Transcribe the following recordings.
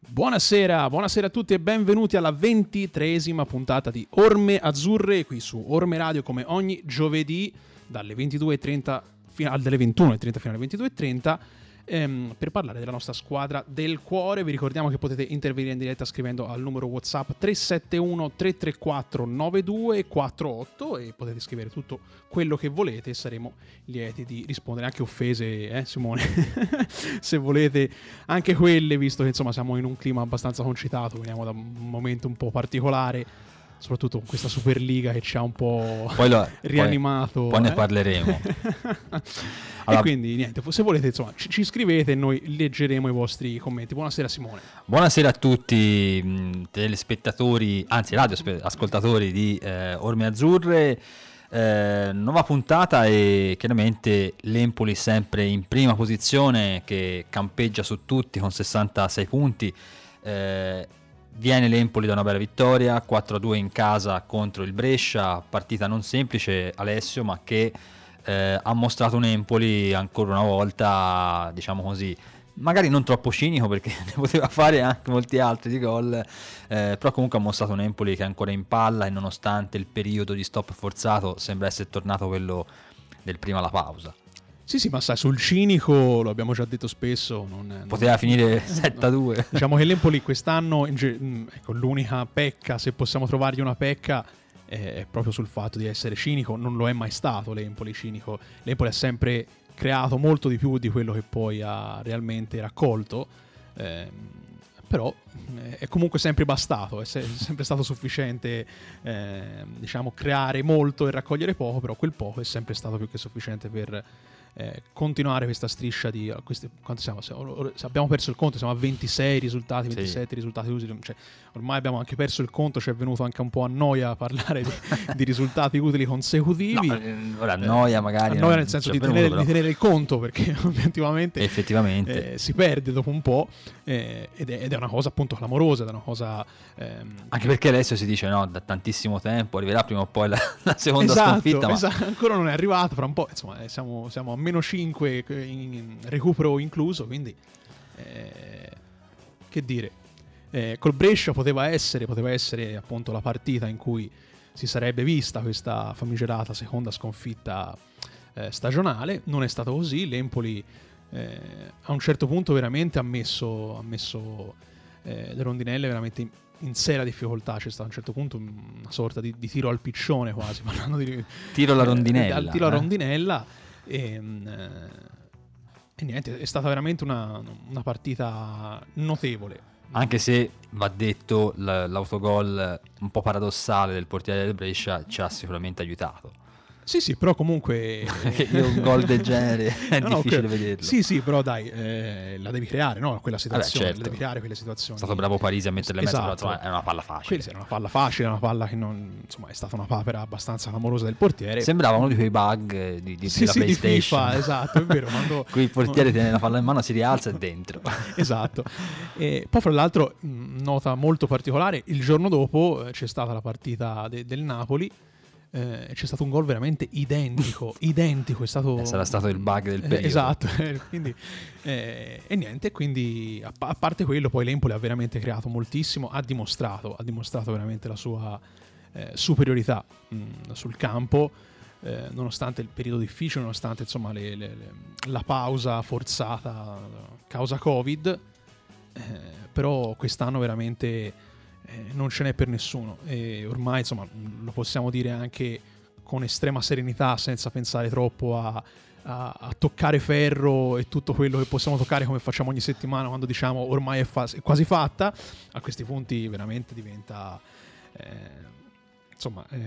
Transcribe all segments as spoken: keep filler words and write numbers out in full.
Buonasera, buonasera a tutti e benvenuti alla ventitreesima puntata di Orme Azzurre, qui su Orme Radio come ogni giovedì dalle ventidue e trenta fino alle ventuno e trenta fino alle ventidue e trenta ehm, per parlare della nostra squadra del cuore. Vi ricordiamo che potete intervenire in diretta scrivendo al numero WhatsApp tre sette uno tre tre quattro nove due quattro otto e potete scrivere tutto quello che volete e saremo lieti di rispondere, anche offese, eh Simone? Se volete anche quelle, visto che insomma siamo in un clima abbastanza concitato, veniamo da un momento un po' particolare, soprattutto con questa Superliga che ci ha un po' poi lo, rianimato. Poi, poi ne eh? parleremo. Allora, e quindi niente, se volete insomma ci, ci scrivete e noi leggeremo i vostri commenti. Buonasera Simone. Buonasera a tutti mh, telespettatori, anzi radio ascoltatori di eh, Orme Azzurre. Eh, nuova puntata e chiaramente l'Empoli sempre in prima posizione, che campeggia su tutti con sessantasei punti. Eh, viene l'Empoli da una bella vittoria quattro a due in casa contro il Brescia, partita non semplice, Alessio, ma che eh, ha mostrato un Empoli ancora una volta, diciamo così, magari non troppo cinico, perché ne poteva fare anche molti altri di gol, eh, però comunque ha mostrato un Empoli che è ancora in palla e nonostante il periodo di stop forzato sembra essere tornato quello del prima alla pausa. Sì, sì, ma sai, sul cinico, lo abbiamo già detto spesso, non, poteva non, finire sette a due. No. Diciamo che l'Empoli quest'anno, ecco, l'unica pecca, se possiamo trovargli una pecca, è proprio sul fatto di essere cinico. Non lo è mai stato l'Empoli cinico. L'Empoli ha sempre creato molto di più di quello che poi ha realmente raccolto, eh, però eh, è comunque sempre bastato, è, se- è sempre stato sufficiente eh, diciamo creare molto e raccogliere poco, però quel poco è sempre stato più che sufficiente per eh, continuare questa striscia di uh, questi, quanto siamo? Siamo, abbiamo perso il conto, siamo a ventisei risultati, ventisette sì. risultati utili, cioè, ormai abbiamo anche perso il conto, ci è venuto anche un po' a noia parlare di, di risultati utili consecutivi. No, ora a noia magari, a noia nel senso di tenere, di tenere il conto, perché obiettivamente effettivamente eh, si perde dopo un po' eh, ed, è, ed è una cosa appunto clamorosa, ed è una cosa ehm... anche perché adesso si dice no, da tantissimo tempo arriverà prima o poi la, la seconda esatto, sconfitta, esatto, ma ancora non è arrivata, fra un po' insomma eh, siamo, siamo a meno cinque in recupero incluso, quindi eh, che dire, eh, col Brescia poteva essere poteva essere appunto la partita in cui si sarebbe vista questa famigerata seconda sconfitta eh, stagionale. Non è stato così. L'Empoli eh, a un certo punto veramente ha messo, ha messo eh, le rondinelle veramente in, in seria difficoltà. C'è stato a un certo punto una sorta di, di tiro al piccione, quasi parlando di tiro alla rondinella, eh, tiro alla eh? rondinella e, eh, e niente, è stata veramente una, una partita notevole. Anche se va detto, l'autogol un po' paradossale del portiere del Brescia ci ha sicuramente aiutato. Sì, sì, però comunque io un gol del genere è no, difficile no, okay. vederlo. Sì, sì, però dai, eh, la devi creare, no? Quella situazione, Vabbè, certo. la devi creare quelle situazioni. È stato bravo Parisi a metterle in esatto. mezzo, però è una palla facile. Quella è una palla facile, una palla che non, insomma, è stata una papera abbastanza clamorosa del portiere. Sembrava uno di quei bug di, di, sì, della sì, PlayStation. Di FIFA, esatto, è vero. Quando qui il portiere tiene la palla in mano, si rialza e dentro. Esatto. E poi fra l'altro, nota molto particolare, il giorno dopo c'è stata la partita de- del Napoli. Eh, c'è stato un gol veramente identico, identico, è stato... Eh, sarà stato il bug del periodo. Eh, esatto, quindi, eh, e niente, quindi a, a parte quello, poi l'Empoli ha veramente creato moltissimo, ha dimostrato, ha dimostrato veramente la sua eh, superiorità mh, sul campo, eh, nonostante il periodo difficile, nonostante insomma le, le, le, la pausa forzata causa Covid, eh, però quest'anno veramente... Eh, non ce n'è per nessuno e ormai insomma lo possiamo dire anche con estrema serenità, senza pensare troppo a, a, a toccare ferro e tutto quello che possiamo toccare, come facciamo ogni settimana quando diciamo ormai è, fa- è quasi fatta. A questi punti veramente diventa eh, insomma eh,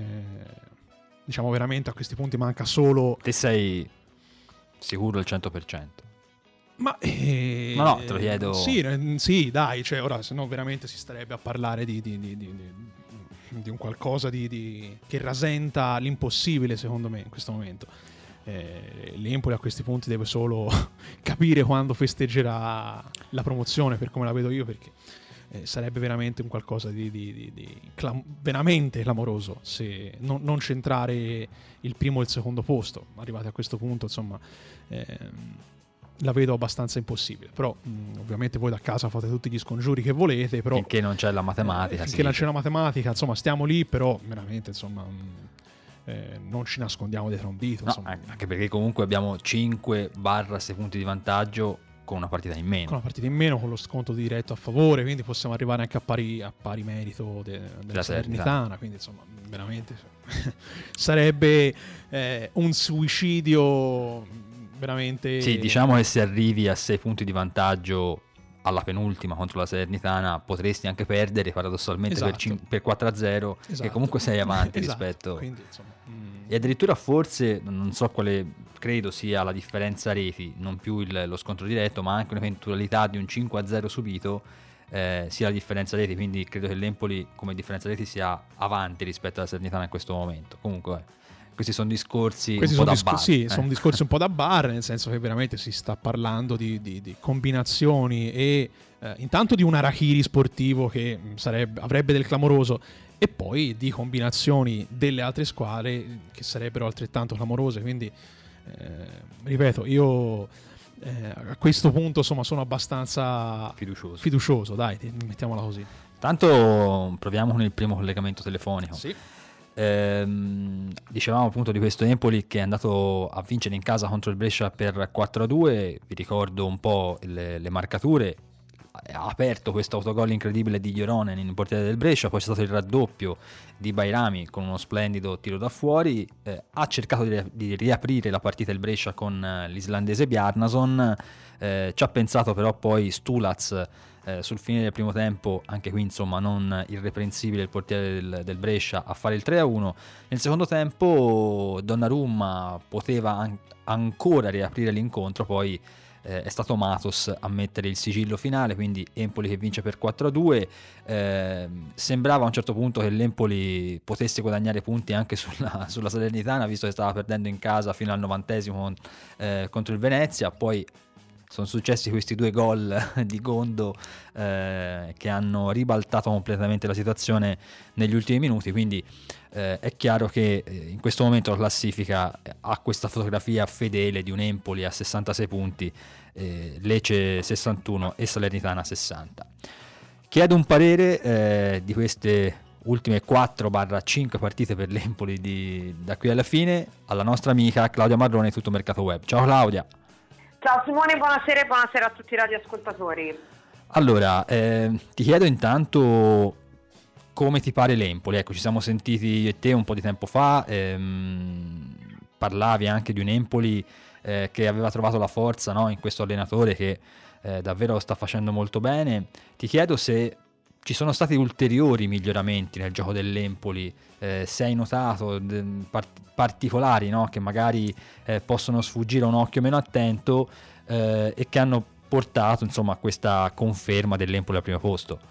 diciamo veramente a questi punti manca solo... Te sei sicuro al cento per cento? Ma eh, no, no, te lo chiedo. Sì, sì, dai, cioè ora se no veramente si starebbe a parlare di, di, di, di, di un qualcosa di, di, che rasenta l'impossibile, secondo me, in questo momento. Eh, L'Empoli a questi punti deve solo capire quando festeggerà la promozione, per come la vedo io, perché eh, sarebbe veramente un qualcosa di, di, di, di clam- veramente clamoroso se non, non centrare il primo e il secondo posto. Arrivati a questo punto, insomma... Eh, la vedo abbastanza impossibile, però mh, ovviamente voi da casa fate tutti gli scongiuri che volete, però finché non c'è la matematica, eh, finché sì. non c'è la matematica, insomma stiamo lì, però veramente insomma mh, eh, non ci nascondiamo dietro un dito, No, insomma. anche perché comunque abbiamo cinque sei punti di vantaggio con una partita in meno. Con una partita in meno, con lo sconto diretto a favore, quindi possiamo arrivare anche a pari, a pari merito de, della Salernitana, quindi insomma veramente sarebbe eh, un suicidio veramente. Sì, diciamo che se arrivi a sei punti di vantaggio alla penultima contro la Salernitana potresti anche perdere paradossalmente, esatto, per, cin- per quattro a zero, esatto, e comunque sei avanti esatto, rispetto quindi, insomma, mm. E addirittura forse non so quale, credo sia la differenza reti, non più il, lo scontro diretto, ma anche un'eventualità di un cinque a zero subito, eh, sia la differenza reti, quindi credo che l'Empoli come differenza reti sia avanti rispetto alla Salernitana in questo momento. Comunque eh, questi sono discorsi questi un sono po' da discor- bar. sì, eh. sono discorsi un po' da bar, nel senso che veramente si sta parlando di, di, di combinazioni e eh, intanto di un harakiri sportivo che sarebbe, avrebbe del clamoroso, e poi di combinazioni delle altre squadre che sarebbero altrettanto clamorose, quindi eh, ripeto, io eh, a questo punto insomma sono abbastanza fiducioso, fiducioso dai, mettiamola così. Tanto proviamo con il primo collegamento telefonico. Sì. Ehm, dicevamo appunto di questo Empoli che è andato a vincere in casa contro il Brescia per quattro a due, vi ricordo un po' le, le marcature. Ha aperto questo autogol incredibile di Joronen in portiere del Brescia, poi c'è stato il raddoppio di Bairami con uno splendido tiro da fuori, eh, ha cercato di, di riaprire la partita il Brescia con eh, l'islandese Bjarnason, eh, ci ha pensato però poi Stulac eh, sul fine del primo tempo, anche qui insomma non irreprensibile il portiere del, del Brescia, a fare il tre a uno. Nel secondo tempo Donnarumma poteva an- ancora riaprire l'incontro, poi Eh, è stato Matos a mettere il sigillo finale, quindi Empoli che vince per quattro a due. Eh, sembrava a un certo punto che l'Empoli potesse guadagnare punti anche sulla, sulla Salernitana, visto che stava perdendo in casa fino al novantesimo eh, contro il Venezia. Poi sono successi questi due gol di Gondo eh, che hanno ribaltato completamente la situazione negli ultimi minuti, quindi eh, è chiaro che in questo momento la classifica ha questa fotografia fedele di un Empoli a sessantasei punti, eh, Lecce sessantuno e Salernitana sessanta. Chiedo un parere eh, di queste ultime quattro cinque partite per l'Empoli di, da qui alla fine alla nostra amica Claudia Marrone di Tutto Mercato Web. Ciao Claudia. Ciao Simone, buonasera e buonasera a tutti i radioascoltatori. Allora, eh, ti chiedo intanto come ti pare l'Empoli. Ecco, ci siamo sentiti io e te un po' di tempo fa, ehm, parlavi anche di un Empoli eh, che aveva trovato la forza, no, in questo allenatore che eh, davvero lo sta facendo molto bene. Ti chiedo se ci sono stati ulteriori miglioramenti nel gioco dell'Empoli, eh, se hai notato de, part- particolari, no, che magari eh, possono sfuggire a un occhio meno attento eh, e che hanno portato insomma a questa conferma dell'Empoli al primo posto.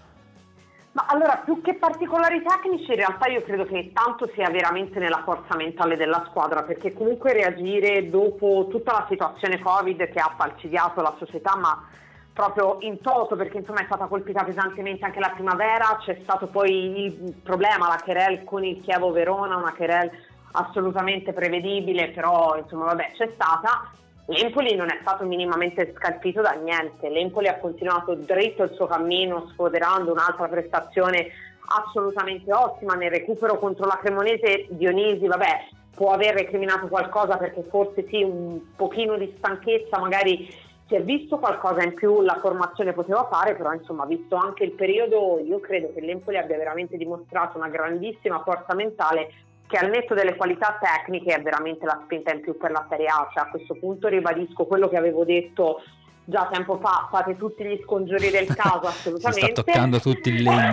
Ma allora, più che particolari tecnici, in realtà io credo che tanto sia veramente nella forza mentale della squadra, perché comunque reagire dopo tutta la situazione Covid che ha falcidiato la società, ma proprio in toto, perché insomma è stata colpita pesantemente anche la primavera, c'è stato poi il problema, la querel con il Chievo Verona, una querel assolutamente prevedibile, però insomma vabbè c'è stata. L'Empoli non è stato minimamente scalfito da niente, l'Empoli ha continuato dritto il suo cammino, sfoderando un'altra prestazione assolutamente ottima nel recupero contro la Cremonese. Dionisi vabbè può aver recriminato qualcosa perché forse sì, un pochino di stanchezza, magari si è visto qualcosa in più, la formazione poteva fare, però insomma visto anche il periodo io credo che l'Empoli abbia veramente dimostrato una grandissima forza mentale che al netto delle qualità tecniche è veramente la spinta in più per la Serie A. Cioè, a questo punto ribadisco quello che avevo detto già tempo fa, fate tutti gli scongiuri del caso, assolutamente. Si sta toccando tutti il legno.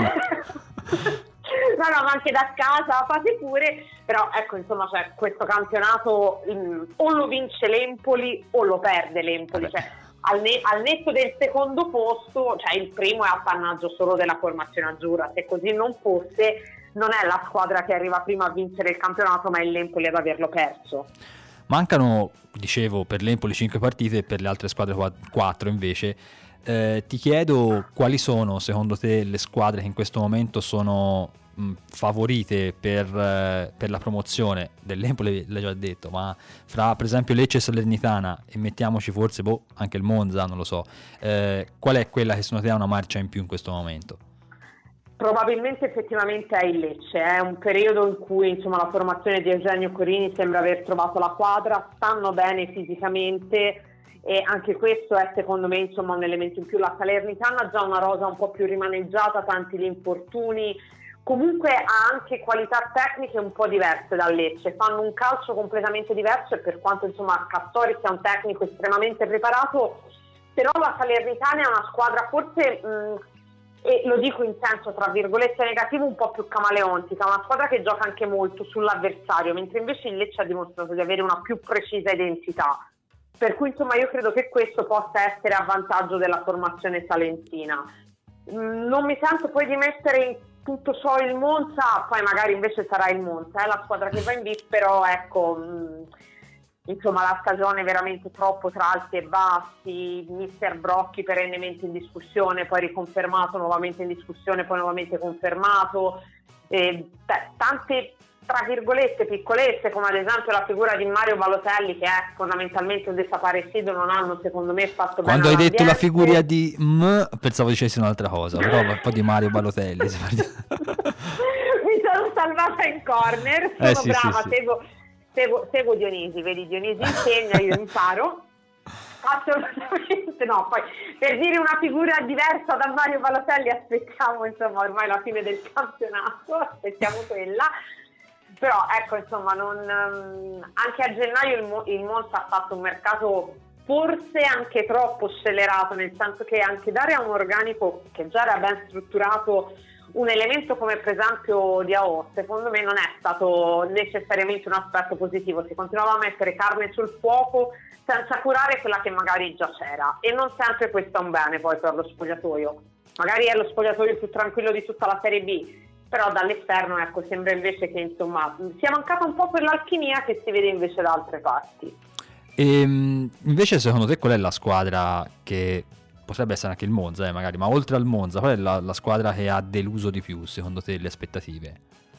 No, no, ma anche da casa fate pure, però ecco insomma cioè, questo campionato mh, o lo vince l'Empoli o lo perde l'Empoli, cioè, al, ne- al netto del secondo posto, cioè il primo è appannaggio solo della formazione azzurra, se così non fosse non è la squadra che arriva prima a vincere il campionato, ma è l'Empoli ad averlo perso. Mancano, dicevo, per l'Empoli cinque partite e per le altre squadre quattro invece. Eh, ti chiedo quali sono secondo te le squadre che in questo momento sono mh, favorite per, eh, per la promozione dell'Empoli, l'hai già detto, ma fra per esempio Lecce e Salernitana, e mettiamoci forse boh, anche il Monza, non lo so, eh, qual è quella che secondo te ha una marcia in più in questo momento? Probabilmente effettivamente è il Lecce, è un periodo in cui insomma la formazione di Eugenio Corini sembra aver trovato la quadra, stanno bene fisicamente e anche questo è secondo me insomma un elemento in più. La Salernitana ha già una rosa un po' più rimaneggiata, tanti gli infortuni, comunque ha anche qualità tecniche un po' diverse dal Lecce, fanno un calcio completamente diverso e per quanto insomma Castori sia un tecnico estremamente preparato, però la Salernitana è una squadra forse... Mh, e lo dico in senso tra virgolette negativo, un po' più camaleontica, una squadra che gioca anche molto sull'avversario, mentre invece il Lecce ha dimostrato di avere una più precisa identità, per cui insomma io credo che questo possa essere a vantaggio della formazione salentina. Non mi sento poi di mettere in tutto ciò il Monza, poi magari invece sarà il Monza, è la squadra che va in bis, però ecco... Mh, insomma la stagione è veramente troppo tra alti e bassi, mister Brocchi perennemente in discussione, poi riconfermato, nuovamente in discussione, poi nuovamente confermato, e, beh, tante tra virgolette piccolezze come ad esempio la figura di Mario Balotelli che è fondamentalmente un desaparecido, non hanno secondo me fatto bene. Quando hai detto la figura di M pensavo dicessi un'altra cosa, però un po' di Mario Balotelli. Mi sono salvata in corner, sono eh, sì, brava, sì, sì. seguo Seguo, seguo Dionisi, vedi Dionisi insegna, io imparo, assolutamente no, poi per dire una figura diversa da Mario Balotelli aspettiamo insomma ormai la fine del campionato, aspettiamo quella, però ecco insomma non, anche a gennaio il, Mo, il Monza ha fatto un mercato forse anche troppo scellerato, nel senso che anche dare a un organico che già era ben strutturato un elemento come per esempio Diao secondo me non è stato necessariamente un aspetto positivo, si continuava a mettere carne sul fuoco senza curare quella che magari già c'era e non sempre questo è un bene poi per lo spogliatoio, magari è lo spogliatoio più tranquillo di tutta la Serie B, però dall'esterno ecco sembra invece che insomma sia mancata un po' quell'alchimia che si vede invece da altre parti. E invece secondo te qual è la squadra che potrebbe essere anche il Monza, eh, magari, ma oltre al Monza, qual è la, la squadra che ha deluso di più, secondo te, le aspettative?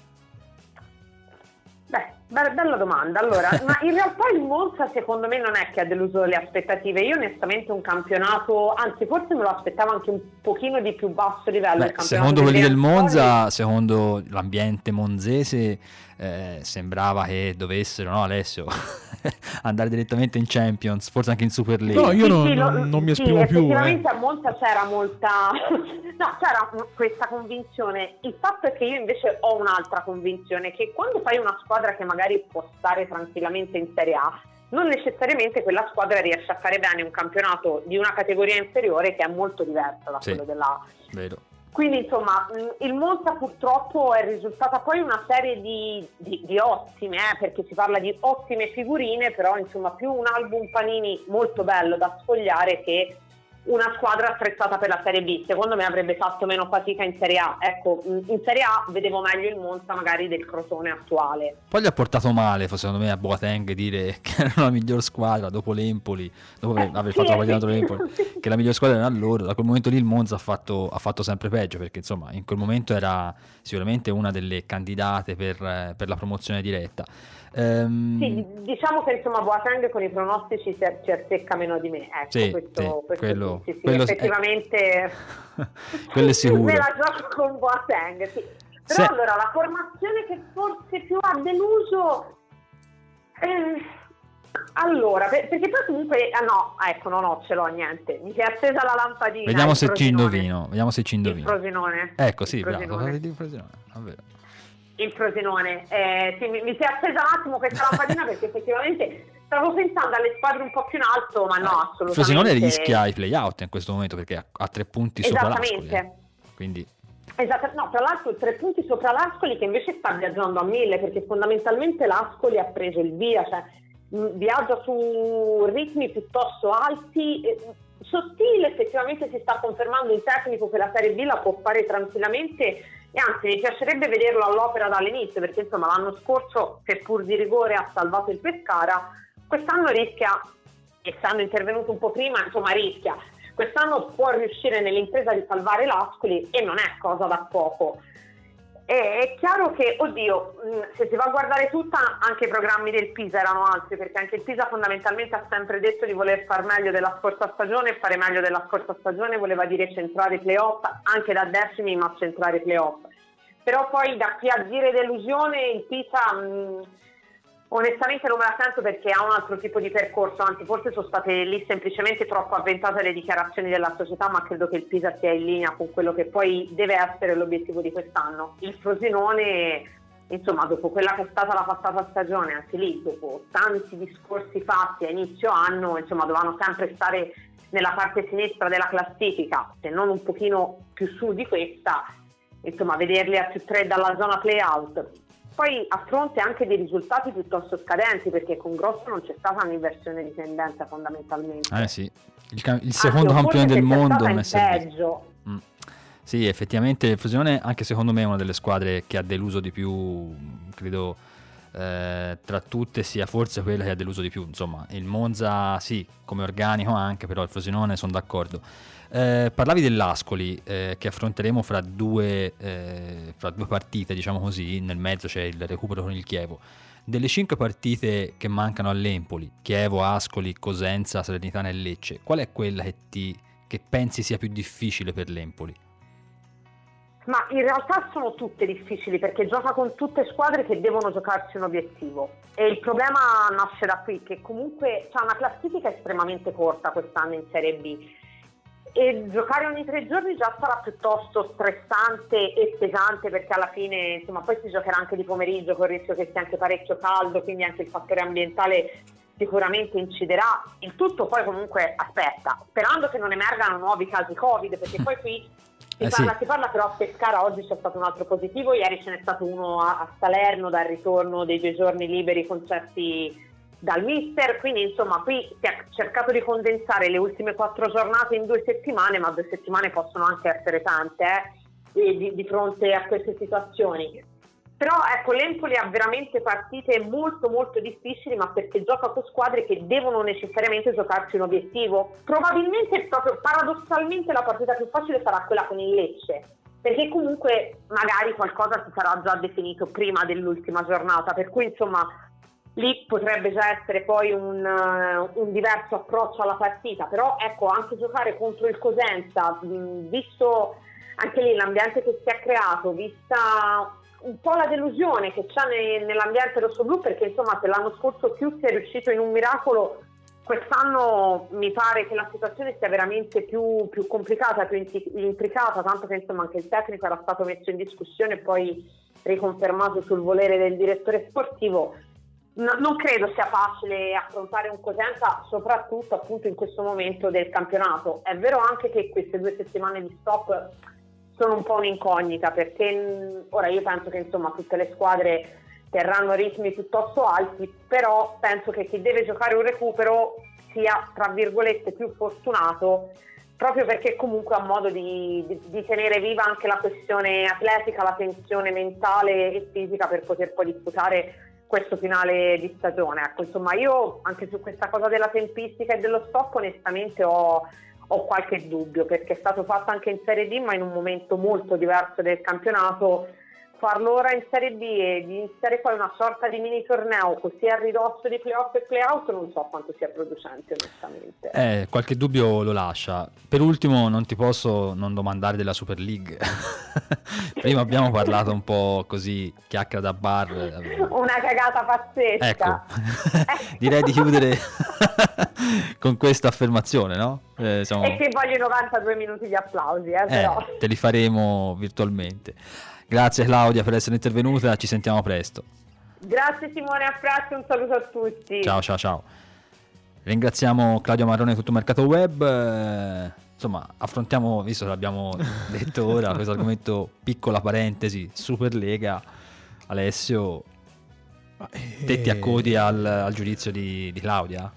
Beh, be- bella domanda. Allora, ma in realtà il Monza secondo me non è che ha deluso le aspettative. Io onestamente un campionato, anzi forse me lo aspettavo anche un pochino di più basso livello. Beh, secondo quelli del Monza, secondo l'ambiente monzese, eh, sembrava che dovessero, no Alessio, andare direttamente in Champions, forse anche in Super League. No, io sì, non, sì, lo, non mi sì, esprimo più. Effettivamente eh. a Monza c'era molta, no, c'era questa convinzione. Il fatto è che io invece ho un'altra convinzione, che quando fai una squadra che magari può stare tranquillamente in Serie A, non necessariamente quella squadra riesce a fare bene un campionato di una categoria inferiore che è molto diversa da sì, quello della... vero. Quindi insomma il Monza purtroppo è risultata poi una serie di, di, di ottime, eh, perché si parla di ottime figurine, però insomma più un album Panini molto bello da sfogliare che una squadra attrezzata per la Serie B. Secondo me avrebbe fatto meno fatica in Serie A. Ecco, in Serie A vedevo meglio il Monza magari del Crotone attuale. Poi gli ha portato male, secondo me, a Boateng dire che era la miglior squadra dopo l'Empoli, dopo eh, aver sì, fatto la sì. partita contro l'Empoli, che la miglior squadra era loro. Da quel momento lì il Monza ha fatto, ha fatto sempre peggio, perché insomma in quel momento era sicuramente una delle candidate per, per la promozione diretta. Um, sì, diciamo che insomma Boateng con i pronostici si ci azzecca meno di me, ecco, sì, questo, sì, questo quello, sì, sì, quello, effettivamente eh, quello è sicuro. me la gioco con Boateng, sì. Però Se... allora la formazione che forse più ha deluso eh, allora, per, perché poi comunque ah no, ecco, no, no, ce l'ho, niente, mi si è accesa la lampadina. Vediamo se Frosinone. ci indovino, vediamo se ci indovino. Il Frosinone. Ecco, sì, il bravo, Frosinone. vedi il Frosinone, davvero. Il Frosinone, eh, sì, mi, mi si è accesa un attimo questa lampadina perché effettivamente stavo pensando alle squadre un po' più in alto, ma no, assolutamente. Il Frosinone rischia i play-out in questo momento perché ha, ha tre punti sopra l'Ascoli. Eh. Quindi... Esatto, no, tra l'altro tre punti sopra l'Ascoli che invece sta viaggiando a mille perché fondamentalmente l'Ascoli ha preso il via, cioè mh, viaggia su ritmi piuttosto alti, eh, sottile, effettivamente si sta confermando il tecnico che la Serie B la può fare tranquillamente e anzi mi piacerebbe vederlo all'opera dall'inizio perché insomma l'anno scorso seppur di rigore ha salvato il Pescara, quest'anno rischia, essendo intervenuto un po' prima, insomma rischia. Quest'anno può riuscire nell'impresa di salvare l'Ascoli e non è cosa da poco. è, è chiaro che, oddio, se si va a guardare tutta, anche i programmi del Pisa erano altri, perché anche il Pisa fondamentalmente ha sempre detto di voler far meglio della scorsa stagione, e fare meglio della scorsa stagione voleva dire centrare i playoff, anche da decimi, ma centrare i playoff. Però poi da qui a dire delusione il Pisa mh, onestamente non me la sento, perché ha un altro tipo di percorso, anzi forse sono state lì semplicemente troppo avventate le dichiarazioni della società, ma credo che il Pisa sia in linea con quello che poi deve essere l'obiettivo di quest'anno. Il Frosinone, insomma, dopo quella che è stata la passata stagione, anche lì dopo tanti discorsi fatti a inizio anno, insomma dovevano sempre stare nella parte sinistra della classifica, se non un pochino più su di questa, insomma vederli a più tre dalla zona play-out. Poi a fronte anche di risultati piuttosto scadenti, perché con Grosso non c'è stata un'inversione di tendenza fondamentalmente. Eh sì, il, il secondo Anzi, campione del mondo non è peggio. Mm. Sì, effettivamente il Frosinone anche secondo me è una delle squadre che ha deluso di più, credo eh, tra tutte sia forse quella che ha deluso di più. Insomma, il Monza sì, come organico anche, però il Frosinone sono d'accordo. Eh, parlavi dell'Ascoli eh, che affronteremo fra due, eh, fra due partite, diciamo così, nel mezzo c'è il recupero con il Chievo. Delle cinque partite che mancano all'Empoli, Chievo, Ascoli, Cosenza, Salernitana e Lecce, qual è quella che, ti, che pensi sia più difficile per l'Empoli? Ma in realtà sono tutte difficili, perché gioca con tutte squadre che devono giocarsi un obiettivo, e il problema nasce da qui, che comunque c'è una classifica estremamente corta quest'anno in Serie B, e giocare ogni tre giorni già sarà piuttosto stressante e pesante, perché alla fine insomma poi si giocherà anche di pomeriggio con il rischio che sia anche parecchio caldo, quindi anche il fattore ambientale sicuramente inciderà. Il tutto poi comunque aspetta, sperando che non emergano nuovi casi Covid, perché poi qui si, eh parla, sì. si parla però a Pescara oggi c'è stato un altro positivo, ieri ce n'è stato uno a, a Salerno dal ritorno dei due giorni liberi concessi dal mister, quindi insomma qui si è cercato di condensare le ultime quattro giornate in due settimane, ma due settimane possono anche essere tante eh, di, di fronte a queste situazioni. Però ecco, l'Empoli ha veramente partite molto molto difficili, ma perché gioca con squadre che devono necessariamente giocarsi un obiettivo. Probabilmente proprio paradossalmente la partita più facile sarà quella con il Lecce, perché comunque magari qualcosa si sarà già definito prima dell'ultima giornata, per cui insomma lì potrebbe già essere poi un, uh, un diverso approccio alla partita. Però ecco, anche giocare contro il Cosenza, mh, visto anche lì l'ambiente che si è creato, vista un po' la delusione che c'è ne, nell'ambiente rossoblu, perché insomma se l'anno scorso più si è riuscito in un miracolo, quest'anno mi pare che la situazione sia veramente più, più complicata, più intricata, tanto che insomma anche il tecnico era stato messo in discussione e poi riconfermato sul volere del direttore sportivo. No, non credo sia facile affrontare un Cosenza, soprattutto appunto in questo momento del campionato. È vero anche che queste due settimane di stop sono un po' un'incognita, perché ora io penso che insomma tutte le squadre terranno ritmi piuttosto alti, però penso che chi deve giocare un recupero sia tra virgolette più fortunato, proprio perché comunque ha modo di, di, di tenere viva anche la questione atletica, la tensione mentale e fisica per poter poi disputare questo finale di stagione. Ecco, insomma, io anche su questa cosa della tempistica e dello stop onestamente ho, ho qualche dubbio, perché è stato fatto anche in Serie D, ma in un momento molto diverso del campionato. Farlo ora in Serie B e di iniziare poi una sorta di mini torneo così a ridosso di playoff e playout, non so quanto sia producente onestamente. Eh, qualche dubbio lo lascia. Per ultimo non ti posso non domandare della Super League. Prima abbiamo parlato un po' così, chiacchiera da bar. Una cagata pazzesca. Ecco, direi di chiudere con questa affermazione, no? Eh, siamo... E che voglio novantadue minuti di applausi, eh, però. Eh, te li faremo virtualmente. Grazie Claudia per essere intervenuta, ci sentiamo presto. Grazie Simone, a presto, un saluto a tutti. Ciao ciao ciao. Ringraziamo Claudio Marrone di Tutto Mercato Web. Eh, insomma, affrontiamo, visto che l'abbiamo detto ora, questo argomento, piccola parentesi, Superlega. Alessio, eh... te ti accodi al, al giudizio di, di Claudia?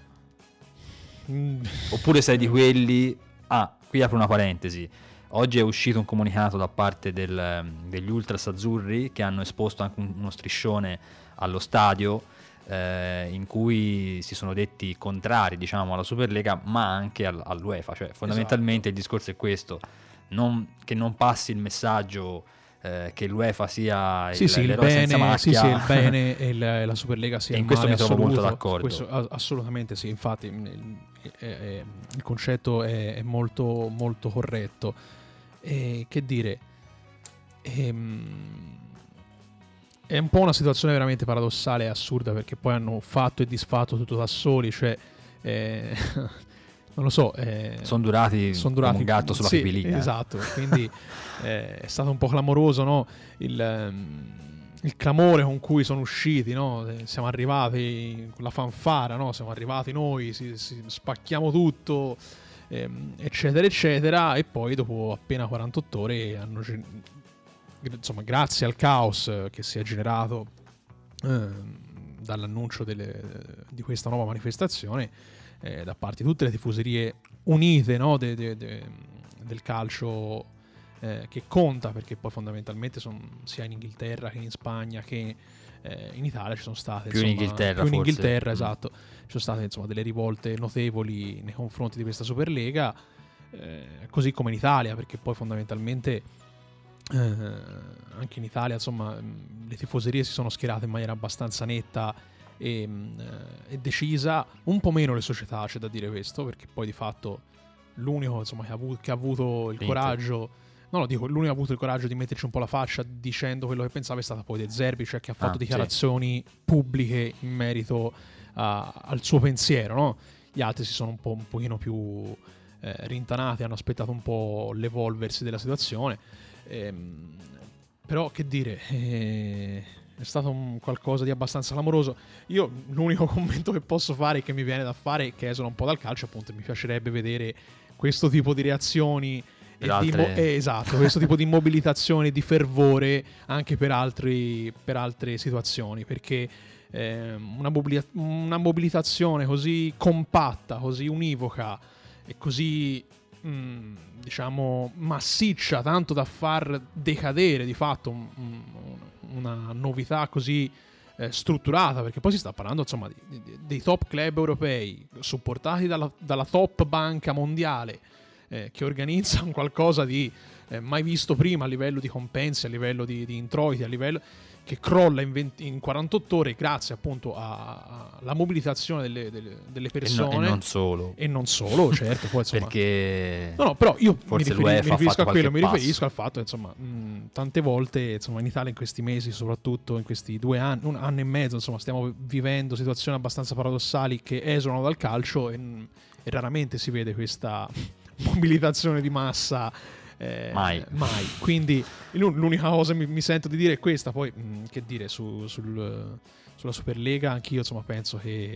Mm. Oppure sei di quelli... Ah, qui apro una parentesi. Oggi è uscito un comunicato da parte del, degli Ultras Azzurri, che hanno esposto anche uno striscione allo stadio eh, in cui si sono detti contrari, diciamo, alla Superlega, ma anche al, all'UEFA. Cioè, fondamentalmente esatto. Il discorso è questo, non, che non passi il messaggio eh, che l'UEFA sia sì, il, sì, il l'eroe senza bene, macchia. sì, sì, il bene e il- la Superlega sia E in il questo male mi trovo molto assoluto. d'accordo. Questo, a- assolutamente sì, infatti il, è- è- il concetto è, è molto, molto corretto. E che dire, ehm, è un po' una situazione veramente paradossale e assurda, perché poi hanno fatto e disfatto tutto da soli, cioè eh, non lo so, eh, Sono durati, son durati come un gatto sulla sì, pipilina. esatto, quindi eh, è stato un po' clamoroso, no? il, ehm, il clamore con cui sono usciti, no? Eh, siamo arrivati con la fanfara, no? Siamo arrivati noi, si, si- spacchiamo tutto, ehm, eccetera eccetera, e poi dopo appena quarantotto ore hanno gen- insomma, grazie al caos che si è generato ehm, dall'annuncio delle- di questa nuova manifestazione, eh, da parte di tutte le tifoserie unite, no, de- de- de- del calcio, eh, che conta, perché poi fondamentalmente son, sia in Inghilterra che in Spagna che eh, in Italia ci sono state Più in insomma, Inghilterra, più in forse. Inghilterra, Mm. esatto, ci sono state insomma delle rivolte notevoli nei confronti di questa Superlega, eh, così come in Italia, perché poi fondamentalmente eh, anche in Italia insomma mh, le tifoserie si sono schierate in maniera abbastanza netta e, mh, e decisa, un po' meno le società, c'è da dire questo, perché poi di fatto l'unico insomma che ha avuto, che ha avuto il L'Inter. coraggio, no, no, dico, l'unico che ha avuto il coraggio di metterci un po' la faccia dicendo quello che pensava è stata poi De Zerbi, cioè che ha fatto Ah, dichiarazioni pubbliche in merito a- al suo pensiero, no? Gli altri si sono un po' un pochino più eh, rintanati, hanno aspettato un po' l'evolversi della situazione. Ehm, però che dire, eh, è stato un qualcosa di abbastanza clamoroso. Io l'unico commento che posso fare, che mi viene da fare, che esula un po' dal calcio, appunto, mi piacerebbe vedere questo tipo di reazioni Per e di altre- mo- eh, esatto, questo tipo di mobilitazione, di fervore anche per, altri, per altre situazioni, perché ehm, una, mobili- una mobilitazione così compatta, così univoca e così mh, diciamo massiccia, tanto da far decadere di fatto un- un- una novità così eh, strutturata, perché poi si sta parlando insomma di- di- dei top club europei supportati dalla, dalla top banca mondiale, eh, che organizza un qualcosa di eh, mai visto prima a livello di compensi, a livello di, di introiti, a livello che crolla in, venti in quarantotto ore grazie appunto a- a- alla mobilitazione delle, delle- delle E, no- persone, e non solo. e non solo, certo, poi insomma Perché no, no, però io mi, forse riferi- l'UEFA mi ha riferisco fatto a quello, qualche mi riferisco passo. al fatto, insomma, mh, tante volte, insomma, in Italia in questi mesi, soprattutto in questi due anni, un anno e mezzo, insomma, stiamo vivendo situazioni abbastanza paradossali che esulano dal calcio e, e raramente si vede questa mobilitazione di massa. eh, Mai. mai. Quindi l'u- l'unica cosa che mi, mi sento di dire è questa. Poi, mh, che dire, su- sul- sulla Superlega, anch'io, insomma, penso che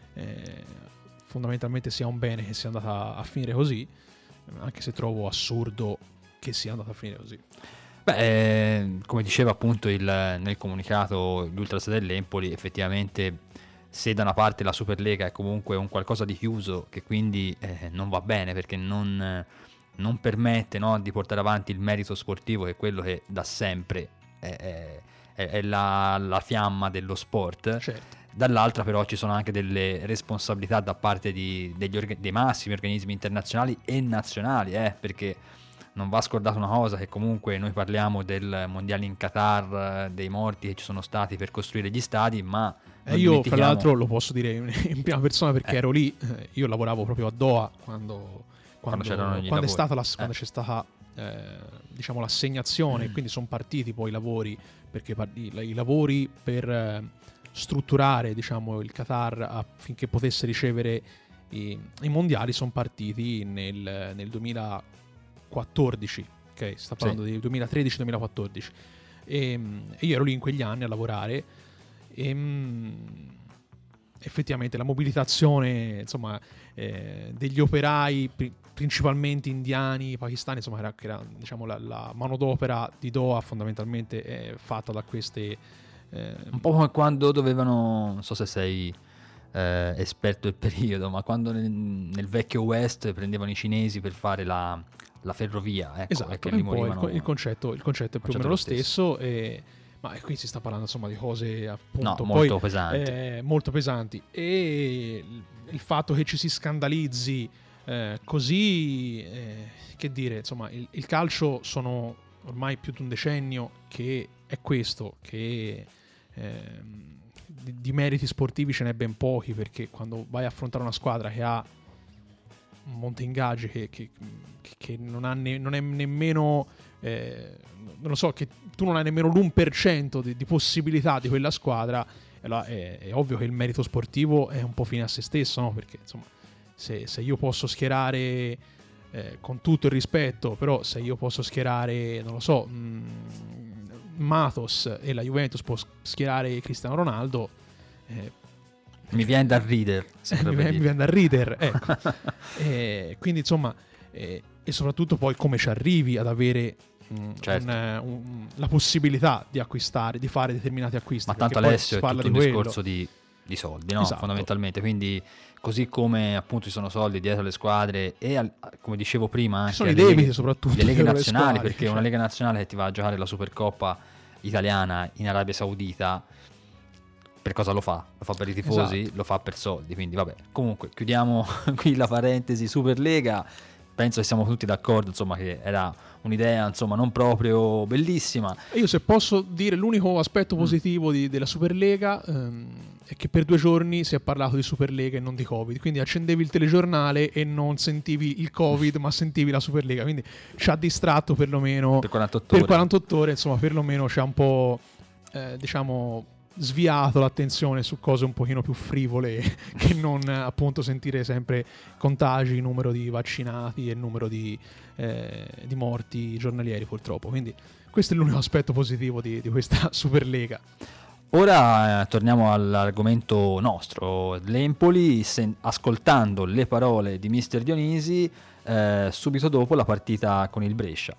eh, fondamentalmente sia un bene che sia andata a finire così, anche se trovo assurdo che sia andata a finire così. Beh, eh, come diceva appunto il, nel comunicato gli Ultras dell'Empoli, effettivamente se da una parte la Superlega è comunque un qualcosa di chiuso, che quindi eh, non va bene perché non, non permette, no, di portare avanti il merito sportivo, che è quello che da sempre è, è- è la, la fiamma dello sport. Certo. Dall'altra però ci sono anche delle responsabilità da parte di- degli orga- dei massimi organismi internazionali e nazionali, eh, perché non va scordata una cosa, che comunque noi parliamo del mondiale in Qatar, eh, dei morti che ci sono stati per costruire gli stadi, ma E non io, fra dimentichiamo- l'altro, lo posso dire in, in prima persona perché Eh. ero lì. eh, Io lavoravo proprio a Doha quando, quando, c'erano gli quando è lavori. stata la, Eh. quando c'è stata eh, diciamo l'assegnazione, Mm. quindi sono partiti poi i lavori, perché par- i, i lavori per eh, strutturare, diciamo, il Qatar affinché potesse ricevere i, i mondiali sono partiti nel, nel duemilaquattordici, ok? Si sta parlando di duemilatredici duemilaquattordici. E, e io ero lì in quegli anni a lavorare e mm, effettivamente la mobilitazione, insomma, eh, degli operai pri- principalmente indiani, pakistani, insomma, era, che era, diciamo, la, la manodopera di Doha fondamentalmente è fatta da queste eh, un po' come quando dovevano, non so se sei eh, esperto del periodo, ma quando nel, nel vecchio West prendevano i cinesi per fare la, la ferrovia, ecco, esatto, e che è lì un po' il, morivano. co- il concetto, il concetto è più o concetto meno lo lo stesso, e- ma qui si sta parlando insomma di cose appunto No, poi, molto pesanti. eh, molto pesanti, e il- il fatto che ci si scandalizzi eh, così, eh, che dire, insomma, il, il calcio sono ormai più di un decennio che è questo, che ehm, di, di meriti sportivi ce n'è ben pochi, perché quando vai a affrontare una squadra che ha un monte ingaggi che, che, che non, ha ne, non è nemmeno eh, non lo so, che tu non hai nemmeno l'uno per cento di, di possibilità di quella squadra, allora è, è ovvio che il merito sportivo è un po' fine a se stesso, no? Perché insomma se, se io posso schierare eh, con tutto il rispetto, però se io posso schierare, non lo so, mh, Matos e la Juventus può schierare Cristiano Ronaldo, eh, mi viene da ridere, mi, viene, mi viene da ridere, ecco. E quindi insomma, eh, e soprattutto poi come ci arrivi ad avere mh, certo. un, un, la possibilità di acquistare, di fare determinati acquisti. Ma tanto Alessio è tutto un di discorso di, di soldi, no? Esatto. Fondamentalmente, quindi così come appunto ci sono soldi dietro le squadre e al, come dicevo prima anche sono i debiti leghe, soprattutto le leghe nazionali, squadre, perché cioè. Una lega nazionale che ti va a giocare la Supercoppa italiana in Arabia Saudita, per cosa lo fa? Lo fa per i tifosi? Esatto. Lo fa per soldi, quindi vabbè. Comunque chiudiamo qui la parentesi Superlega. Penso che siamo tutti d'accordo, insomma, che era un'idea, insomma, non proprio bellissima. Io se posso dire l'unico aspetto positivo mm. di, della Superlega ehm, è che per due giorni si è parlato di Superlega e non di Covid, quindi accendevi il telegiornale e non sentivi il Covid ma sentivi la Superlega, quindi ci ha distratto perlomeno per quarantotto ore, per quarantotto ore, insomma, perlomeno ci ha un po' eh, diciamo sviato l'attenzione su cose un pochino più frivole che non appunto sentire sempre contagi, numero di vaccinati e numero di, eh, di morti giornalieri purtroppo, quindi questo è l'unico aspetto positivo di, di questa Superlega. Ora eh, torniamo all'argomento nostro, l'Empoli, sen- ascoltando le parole di mister Dionisi eh, subito dopo la partita con il Brescia.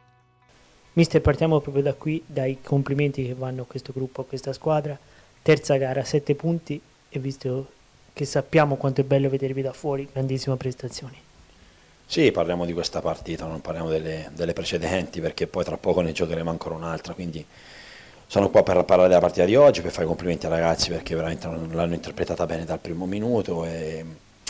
Mister, partiamo proprio da qui, dai complimenti che vanno a questo gruppo, a questa squadra. Terza gara, sette punti, e visto che sappiamo quanto è bello vedervi da fuori, grandissime prestazioni. Sì, parliamo di questa partita, non parliamo delle, delle precedenti, perché poi tra poco ne giocheremo ancora un'altra, quindi sono qua per parlare della partita di oggi, per fare i complimenti ai ragazzi perché veramente l'hanno interpretata bene dal primo minuto e,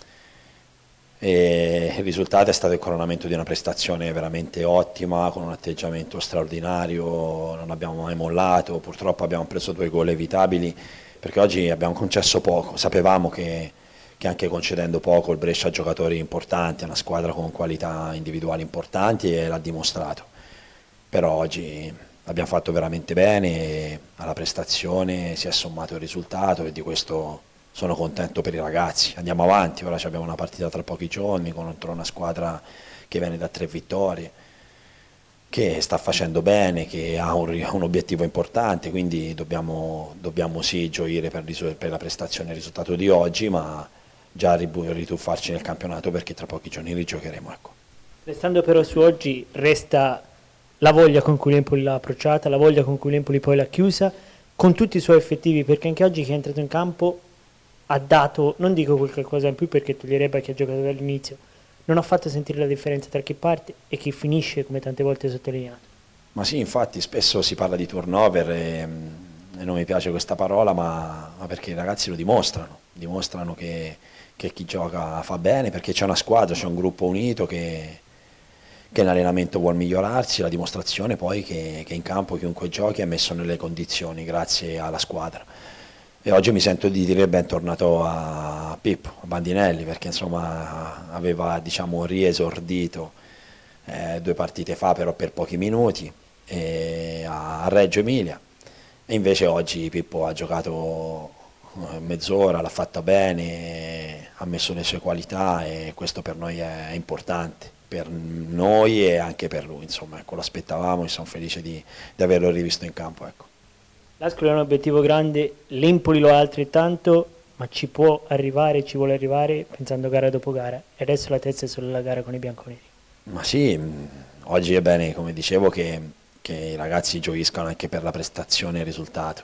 e il risultato è stato il coronamento di una prestazione veramente ottima, con un atteggiamento straordinario, non abbiamo mai mollato, purtroppo abbiamo preso due gol evitabili perché oggi abbiamo concesso poco, sapevamo che, che anche concedendo poco il Brescia ha giocatori importanti, è una squadra con qualità individuali importanti e l'ha dimostrato, però oggi abbiamo fatto veramente bene e alla prestazione si è sommato il risultato e di questo sono contento per i ragazzi. Andiamo avanti, ora abbiamo una partita tra pochi giorni contro una squadra che viene da tre vittorie, che sta facendo bene, che ha un, un obiettivo importante, quindi dobbiamo, dobbiamo sì gioire per, per la prestazione e il risultato di oggi, ma già rituffarci nel campionato perché tra pochi giorni rigiocheremo. Ecco. Restando però su oggi, resta la voglia con cui l'Empoli l'ha approcciata, la voglia con cui l'Empoli poi l'ha chiusa, con tutti i suoi effettivi, perché anche oggi chi è entrato in campo ha dato, non dico qualcosa in più perché toglierebbe a chi ha giocato dall'inizio, non ha fatto sentire la differenza tra chi parte e chi finisce, come tante volte sottolineato. Ma sì, infatti spesso si parla di turnover e, e non mi piace questa parola, ma, ma perché i ragazzi lo dimostrano, dimostrano che, che chi gioca fa bene, perché c'è una squadra, c'è un gruppo unito che... che in allenamento vuol migliorarsi, la dimostrazione poi che, che in campo chiunque giochi è messo nelle condizioni grazie alla squadra. E oggi mi sento di dire bentornato a Pippo, a Bandinelli, perché insomma aveva diciamo riesordito eh, due partite fa però per pochi minuti eh, a Reggio Emilia e invece oggi Pippo ha giocato mezz'ora, l'ha fatta bene, ha messo le sue qualità e questo per noi è importante. Per noi e anche per lui, insomma, ecco, lo aspettavamo e sono felice di, di averlo rivisto in campo. Ecco. L'Ascoli è un obiettivo grande, l'Empoli lo ha altrettanto, ma ci può arrivare, ci vuole arrivare pensando gara dopo gara e adesso la testa è solo la gara con i bianconeri. Ma sì, oggi è bene, come dicevo, che, che i ragazzi gioiscano anche per la prestazione e il risultato.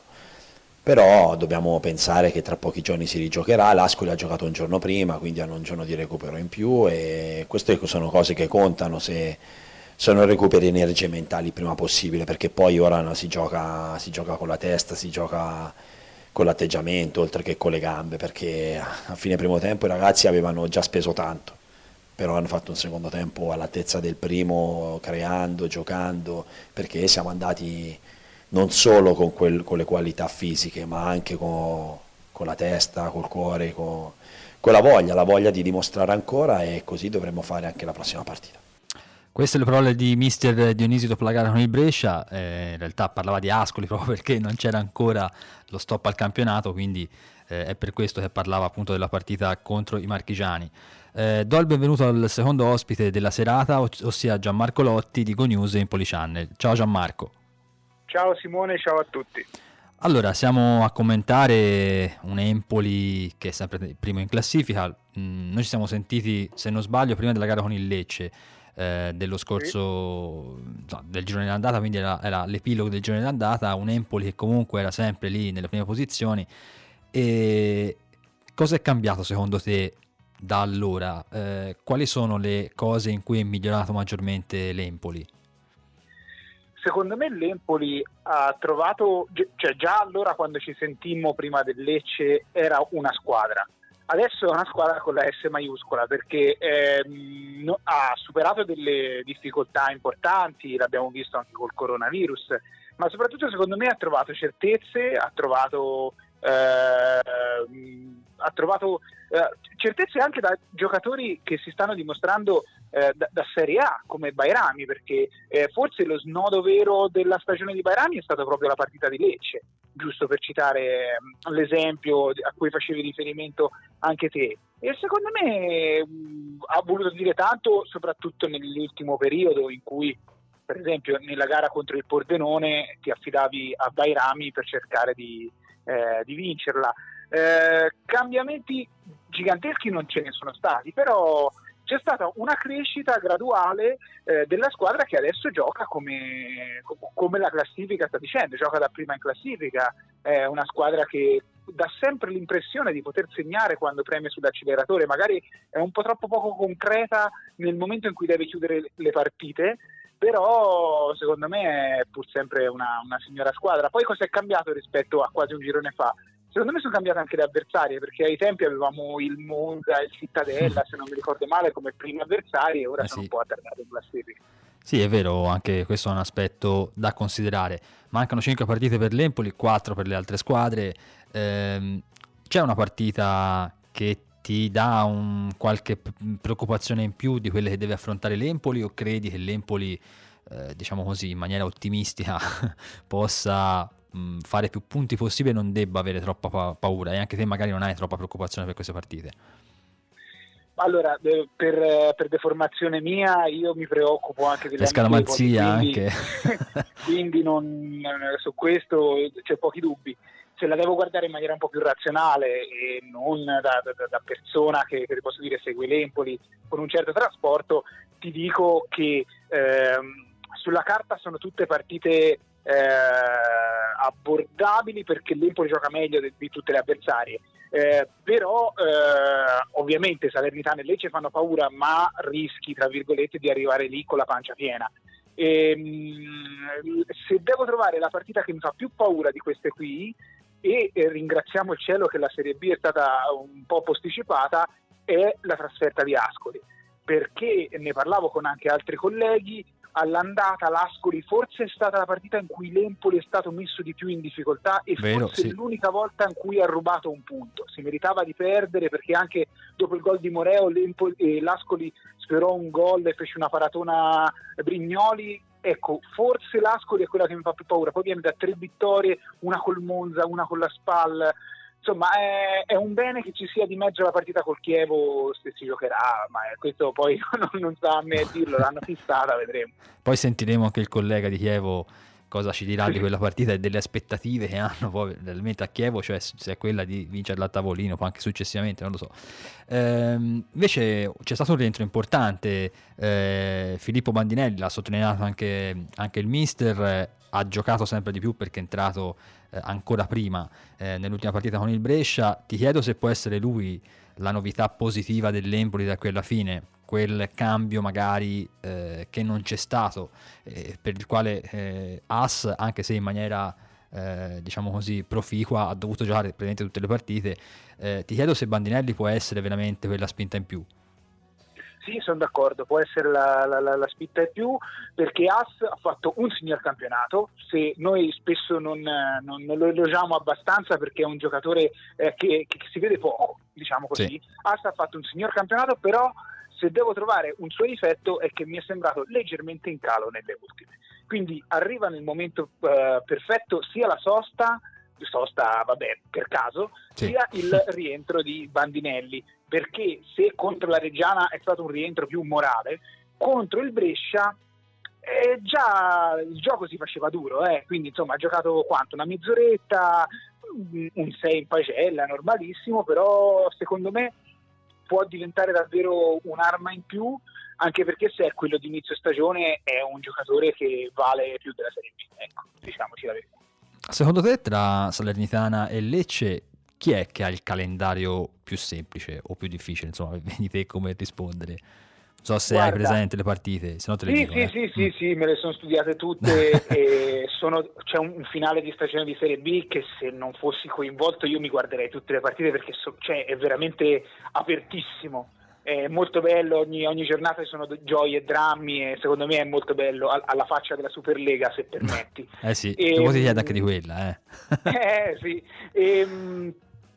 Però dobbiamo pensare che tra pochi giorni si rigiocherà, l'Ascoli ha giocato un giorno prima, quindi hanno un giorno di recupero in più e queste sono cose che contano se sono recuperi energie mentali il prima possibile, perché poi ora no, si, gioca, si gioca con la testa, si gioca con l'atteggiamento oltre che con le gambe, perché a fine primo tempo i ragazzi avevano già speso tanto però hanno fatto un secondo tempo all'altezza del primo, creando, giocando, perché siamo andati non solo con, quel, con le qualità fisiche, ma anche con, con la testa, col cuore, con, con la voglia, la voglia di dimostrare ancora, e così dovremmo fare anche la prossima partita. Queste le parole di mister Dionisio dopo la gara con il Brescia. Eh, in realtà parlava di Ascoli proprio perché non c'era ancora lo stop al campionato, quindi eh, è per questo che parlava appunto della partita contro i marchigiani. Eh, do il benvenuto al secondo ospite della serata, ossia Gianmarco Lotti di Go News e Empoli Channel. Ciao Gianmarco. Ciao Simone, ciao a tutti. Allora, siamo a commentare un Empoli che è sempre primo in classifica. Mm, noi ci siamo sentiti, se non sbaglio, prima della gara con il Lecce, eh, dello scorso, sì. no, del girone d'andata, quindi era, era l'epilogo del girone d'andata, un Empoli che comunque era sempre lì nelle prime posizioni. E cosa è cambiato secondo te da allora? Eh, quali sono le cose in cui è migliorato maggiormente l'Empoli? Secondo me l'Empoli ha trovato, cioè già allora quando ci sentimmo prima del Lecce era una squadra, adesso è una squadra con la S maiuscola, perché ehm, no, ha superato delle difficoltà importanti, l'abbiamo visto anche col coronavirus, ma soprattutto secondo me ha trovato certezze, ha trovato eh, ha trovato eh, certezze anche da giocatori che si stanno dimostrando eh, da, da Serie A, come Bairami, perché eh, forse lo snodo vero della stagione di Bairami è stata proprio la partita di Lecce, giusto per citare eh, l'esempio a cui facevi riferimento anche te. E secondo me mh, ha voluto dire tanto, soprattutto nell'ultimo periodo in cui, per esempio, nella gara contro il Pordenone ti affidavi a Bairami per cercare di, eh, di vincerla. Eh, cambiamenti giganteschi non ce ne sono stati, però c'è stata una crescita graduale eh, della squadra, che adesso gioca come, come la classifica sta dicendo, gioca da prima in classifica, è una squadra che dà sempre l'impressione di poter segnare quando preme sull'acceleratore, magari è un po' troppo poco concreta nel momento in cui deve chiudere le partite, però secondo me è pur sempre una, una signora squadra. Poi cosa è cambiato rispetto a quasi un girone fa? Secondo me sono cambiate anche le avversarie, perché ai tempi avevamo il Monza e il Cittadella, se non mi ricordo male, come primi avversari, e ora eh sono sì. un po' attardati in classifica. Sì, è vero, anche questo è un aspetto da considerare. Mancano cinque partite per l'Empoli, quattro per le altre squadre. Ehm, c'è una partita che ti dà un, qualche preoccupazione in più di quelle che deve affrontare l'Empoli, o credi che l'Empoli, eh, diciamo così, in maniera ottimistica possa mh, fare più punti possibile e non debba avere troppa pa- paura, e anche te magari non hai troppa preoccupazione per queste partite? Allora, per, per deformazione mia, io mi preoccupo anche delle scaramanzia anche. Quindi non, su questo c'è pochi dubbi. Se la devo guardare in maniera un po' più razionale e non da, da, da persona che, che posso dire segue l'Empoli con un certo trasporto, ti dico che ehm, sulla carta sono tutte partite eh, abbordabili, perché l'Empoli gioca meglio di, di tutte le avversarie. Eh, però eh, ovviamente Salernitana e Lecce fanno paura, ma rischi tra virgolette di arrivare lì con la pancia piena. E, mh, se devo trovare la partita che mi fa più paura di queste qui, e eh, ringraziamo il cielo che la Serie B è stata un po' posticipata, è la trasferta di Ascoli, perché ne parlavo con anche altri colleghi. All'andata l'Ascoli forse è stata la partita in cui l'Empoli è stato messo di più in difficoltà, e Vero, forse sì. l'unica volta in cui ha rubato un punto. Si meritava di perdere, perché anche dopo il gol di Moreo l'Empoli, eh, l'Ascoli sperò un gol e fece una paratona Brignoli. Ecco, forse l'Ascoli è quella che mi fa più paura. Poi viene da tre vittorie, una col Monza, una con la Spal. Insomma, è, è un bene che ci sia di mezzo la partita col Chievo, se si giocherà, ma questo poi non, non sta a me dirlo, l'hanno fissata, vedremo. Poi sentiremo anche il collega di Chievo cosa ci dirà di quella partita e delle aspettative che hanno poi realmente a Chievo, cioè se è quella di vincerla a tavolino, poi anche successivamente, non lo so. Ehm, invece c'è stato un rientro importante, eh, Filippo Bandinelli, l'ha sottolineato anche, anche il mister, eh, ha giocato sempre di più perché è entrato eh, ancora prima eh, nell'ultima partita con il Brescia. Ti chiedo se può essere lui la novità positiva dell'Empoli da qui alla fine, quel cambio magari eh, che non c'è stato, eh, per il quale eh, As, anche se in maniera eh, diciamo così proficua, ha dovuto giocare praticamente tutte le partite. Eh, ti chiedo se Bandinelli può essere veramente quella spinta in più. Sì, sono d'accordo, può essere la, la, la, la spinta in più, perché Haas ha fatto un signor campionato. Se noi spesso non, non, non lo elogiamo abbastanza perché è un giocatore eh, che, che, che si vede poco, diciamo così, sì. Haas ha fatto un signor campionato, però se devo trovare un suo difetto è che mi è sembrato leggermente in calo nelle ultime. Quindi arriva nel momento uh, perfetto sia la sosta, sosta vabbè per caso, sì. sia il rientro di Bandinelli, perché se contro la Reggiana è stato un rientro più morale, contro il Brescia eh, già il gioco si faceva duro, eh. Quindi insomma ha giocato quanto? Una mezz'oretta, un sei in pagella, normalissimo, però secondo me può diventare davvero un'arma in più, anche perché se è quello di inizio stagione è un giocatore che vale più della Serie B, ecco, diciamoci la verità. Secondo te tra Salernitana e Lecce chi è che ha il calendario più semplice o più difficile? Insomma, vedi te come rispondere. Non so se Guarda, hai presente le partite, se no te le sì, dico. Sì, eh. sì, sì, sì, me le sono studiate tutte e sono, c'è un finale di stagione di Serie B che se non fossi coinvolto io mi guarderei tutte le partite perché so, cioè, è veramente apertissimo. È molto bello, ogni, ogni giornata ci sono gioie e drammi e secondo me è molto bello, alla faccia della Superlega se permetti. eh sì, e, dopo ti chiede anche di quella. Eh, eh sì, e,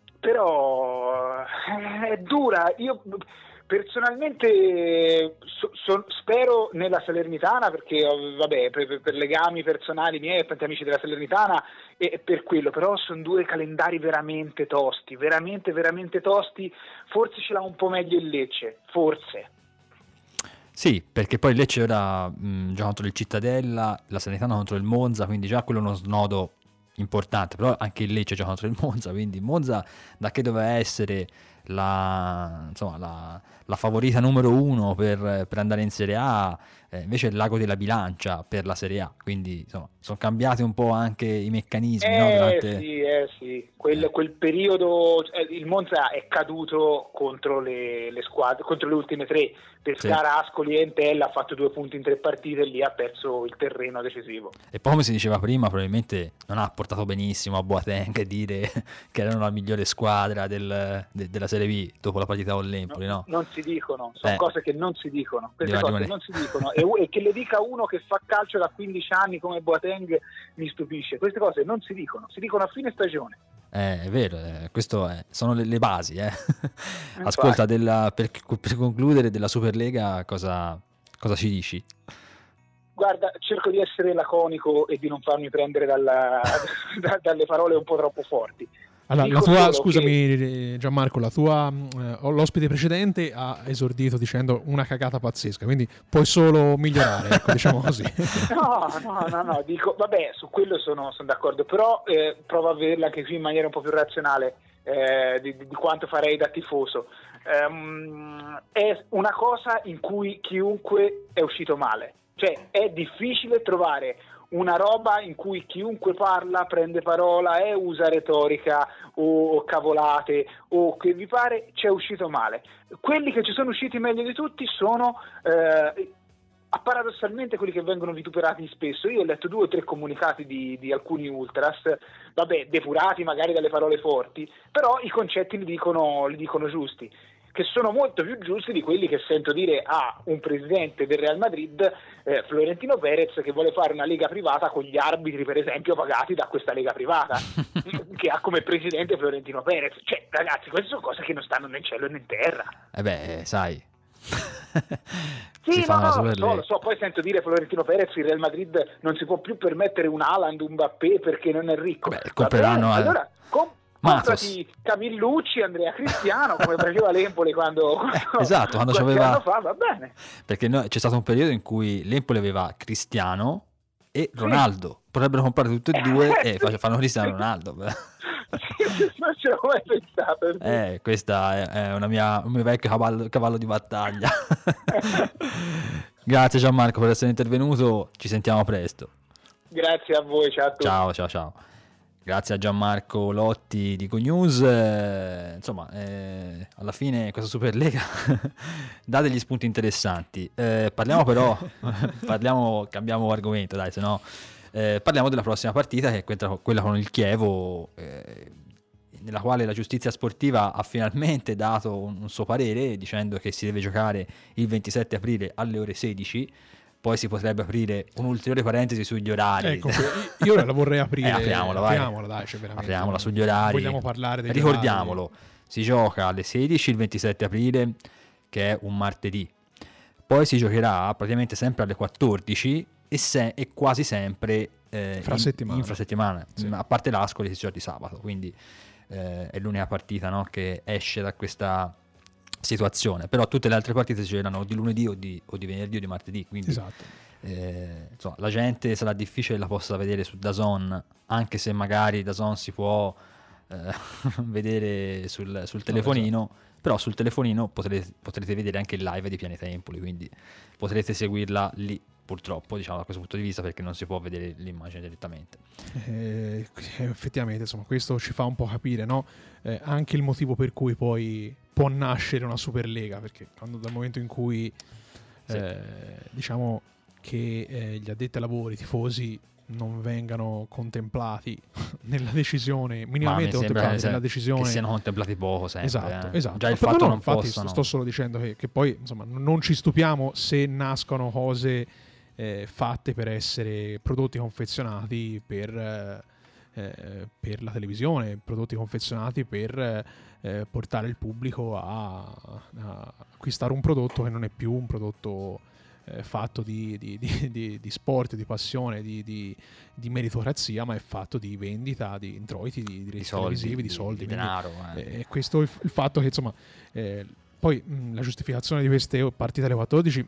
però è dura, io personalmente so, so, spero nella Salernitana perché vabbè per, per legami personali miei e tanti amici della Salernitana e per quello, però sono due calendari veramente tosti, veramente veramente tosti, forse ce l'ha un po' meglio il Lecce, forse. Sì, perché poi il Lecce ora mh, gioca contro il Cittadella, la Salernitana contro il Monza, quindi già quello è uno snodo importante, però anche il Lecce gioca contro il Monza, quindi Monza da che doveva essere la, insomma, la, la favorita numero uno per, per andare in Serie A, eh, invece è il lago della bilancia per la Serie A, quindi insomma sono cambiati un po' anche i meccanismi. Eh no, durante... sì, eh sì, quel, eh. quel periodo, eh, il Monza è caduto contro le, le squadre, contro le ultime tre, Pescara, sì. Ascoli e Entella, ha fatto due punti in tre partite e lì ha perso il terreno decisivo. E poi come si diceva prima, probabilmente non ha portato benissimo a Boateng dire che erano la migliore squadra del, de, della Serie B dopo la partita con l'Empoli, no? no? Non si dicono, sono eh. cose che non si dicono, queste Deve cose rimanere. non si dicono e, e che le dica uno che fa calcio da quindici anni come Boateng mi stupisce, queste cose non si dicono, si dicono a fine stagione. Eh, è vero, eh, queste sono le, le basi. Eh. Ascolta, della, per, per concludere della Superlega cosa, cosa ci dici? Guarda, cerco di essere laconico e di non farmi prendere dalla, da, dalle parole un po' troppo forti. Allora, la tua, scusami che... Gianmarco, la tua eh, l'ospite precedente ha esordito dicendo una cagata pazzesca, quindi puoi solo migliorare, ecco, diciamo così. No, no, no, no, dico, vabbè, su quello sono, sono d'accordo, però eh, provo a vederla anche qui in maniera un po' più razionale eh, di, di quanto farei da tifoso. Um, è una cosa in cui chiunque è uscito male, cioè è difficile trovare una roba in cui chiunque parla, prende parola e usa retorica o cavolate o che vi pare, c'è uscito male. Quelli che ci sono usciti meglio di tutti sono eh, paradossalmente quelli che vengono vituperati spesso. Io ho letto due o tre comunicati di, di alcuni ultras, vabbè, depurati magari dalle parole forti, però i concetti li dicono, li dicono giusti, che sono molto più giusti di quelli che sento dire a un presidente del Real Madrid, eh, Florentino Perez, che vuole fare una lega privata con gli arbitri, per esempio, pagati da questa lega privata, che ha come presidente Florentino Perez. Cioè, ragazzi, queste sono cose che non stanno né in cielo né in terra. Eh beh, sai. Sì, no, no, lo so, lo so, poi sento dire Florentino Perez, il Real Madrid non si può più permettere un Haaland, un Mbappé perché non è ricco. Beh, compreranno... Al... Allora, com- comprati Camillucci, Andrea Cristiano, come faceva l'Empoli quando, quando eh, esatto, quando c'aveva anno fa, va bene. Perché no, c'è stato un periodo in cui l'Empoli aveva Cristiano e Ronaldo, sì. Potrebbero comprare tutti e due eh, e fanno Cristiano Ronaldo. Sì, non ce l'ho mai pensato. Sì. Eh, questa è, è una mia, un mio vecchio cavallo, cavallo di battaglia. Grazie Gianmarco per essere intervenuto, ci sentiamo presto. Grazie a voi, ciao a tutti. Ciao, ciao, ciao. Grazie a Gianmarco Lotti di GoNews. Eh, insomma, eh, alla fine questa Superlega dà degli spunti interessanti. Eh, parliamo però, parliamo, cambiamo argomento, dai, se no. Eh, parliamo della prossima partita, che è quella con il Chievo, eh, nella quale la giustizia sportiva ha finalmente dato un, un suo parere dicendo che si deve giocare il ventisette aprile alle ore sedici. Poi si potrebbe aprire un'ulteriore parentesi sugli orari. Ecco, io la vorrei aprire. Eh, apriamola, vai. Apriamola, dai, cioè veramente. Apriamola sugli orari. Vogliamo parlare degli Ricordiamolo, orari. si gioca alle sedici il ventisette aprile, che è un martedì. Poi si giocherà praticamente sempre alle quattordici e, se, e quasi sempre eh, infrasettimana. infrasettimana. Sì. A parte l'Ascoli si gioca di sabato, quindi eh, è l'unica partita, no, che esce da questa situazione. Però tutte le altre partite si giocheranno di lunedì o di, o di venerdì o di martedì, quindi Esatto. eh, insomma, la gente sarà difficile la possa vedere su DAZN, anche se magari DAZN si può eh, vedere sul, sul telefonino. No, esatto. Però sul telefonino potrete, potrete vedere anche il live di Pianeta Empoli, quindi potrete seguirla lì, purtroppo, diciamo, da questo punto di vista, perché non si può vedere l'immagine direttamente. Eh, effettivamente, insomma, questo ci fa un po' capire, no? Eh, anche il motivo per cui poi può nascere una Superlega, perché quando dal momento in cui Sì. eh, diciamo che eh, gli addetti ai lavori, i tifosi, non vengano contemplati nella decisione, minimamente Ma mi sembra contemplati che, nella decisione, che siano contemplati poco sempre. esatto, eh. esatto. Già il Però fatto no, non infatti possano. sto solo dicendo che, che poi insomma non ci stupiamo se nascono cose eh, fatte per essere prodotti confezionati per, eh, eh, per la televisione, prodotti confezionati per eh, portare il pubblico a, a acquistare un prodotto che non è più un prodotto eh, fatto di, di, di, di, di sport, di passione, di, di, di meritocrazia, ma è fatto di vendita, di introiti, di diritti Di soldi, televisivi, di di- soldi. di quindi, denaro, eh. eh, questo è il, il fatto che insomma eh, poi mh, la giustificazione di queste partite alle quattordici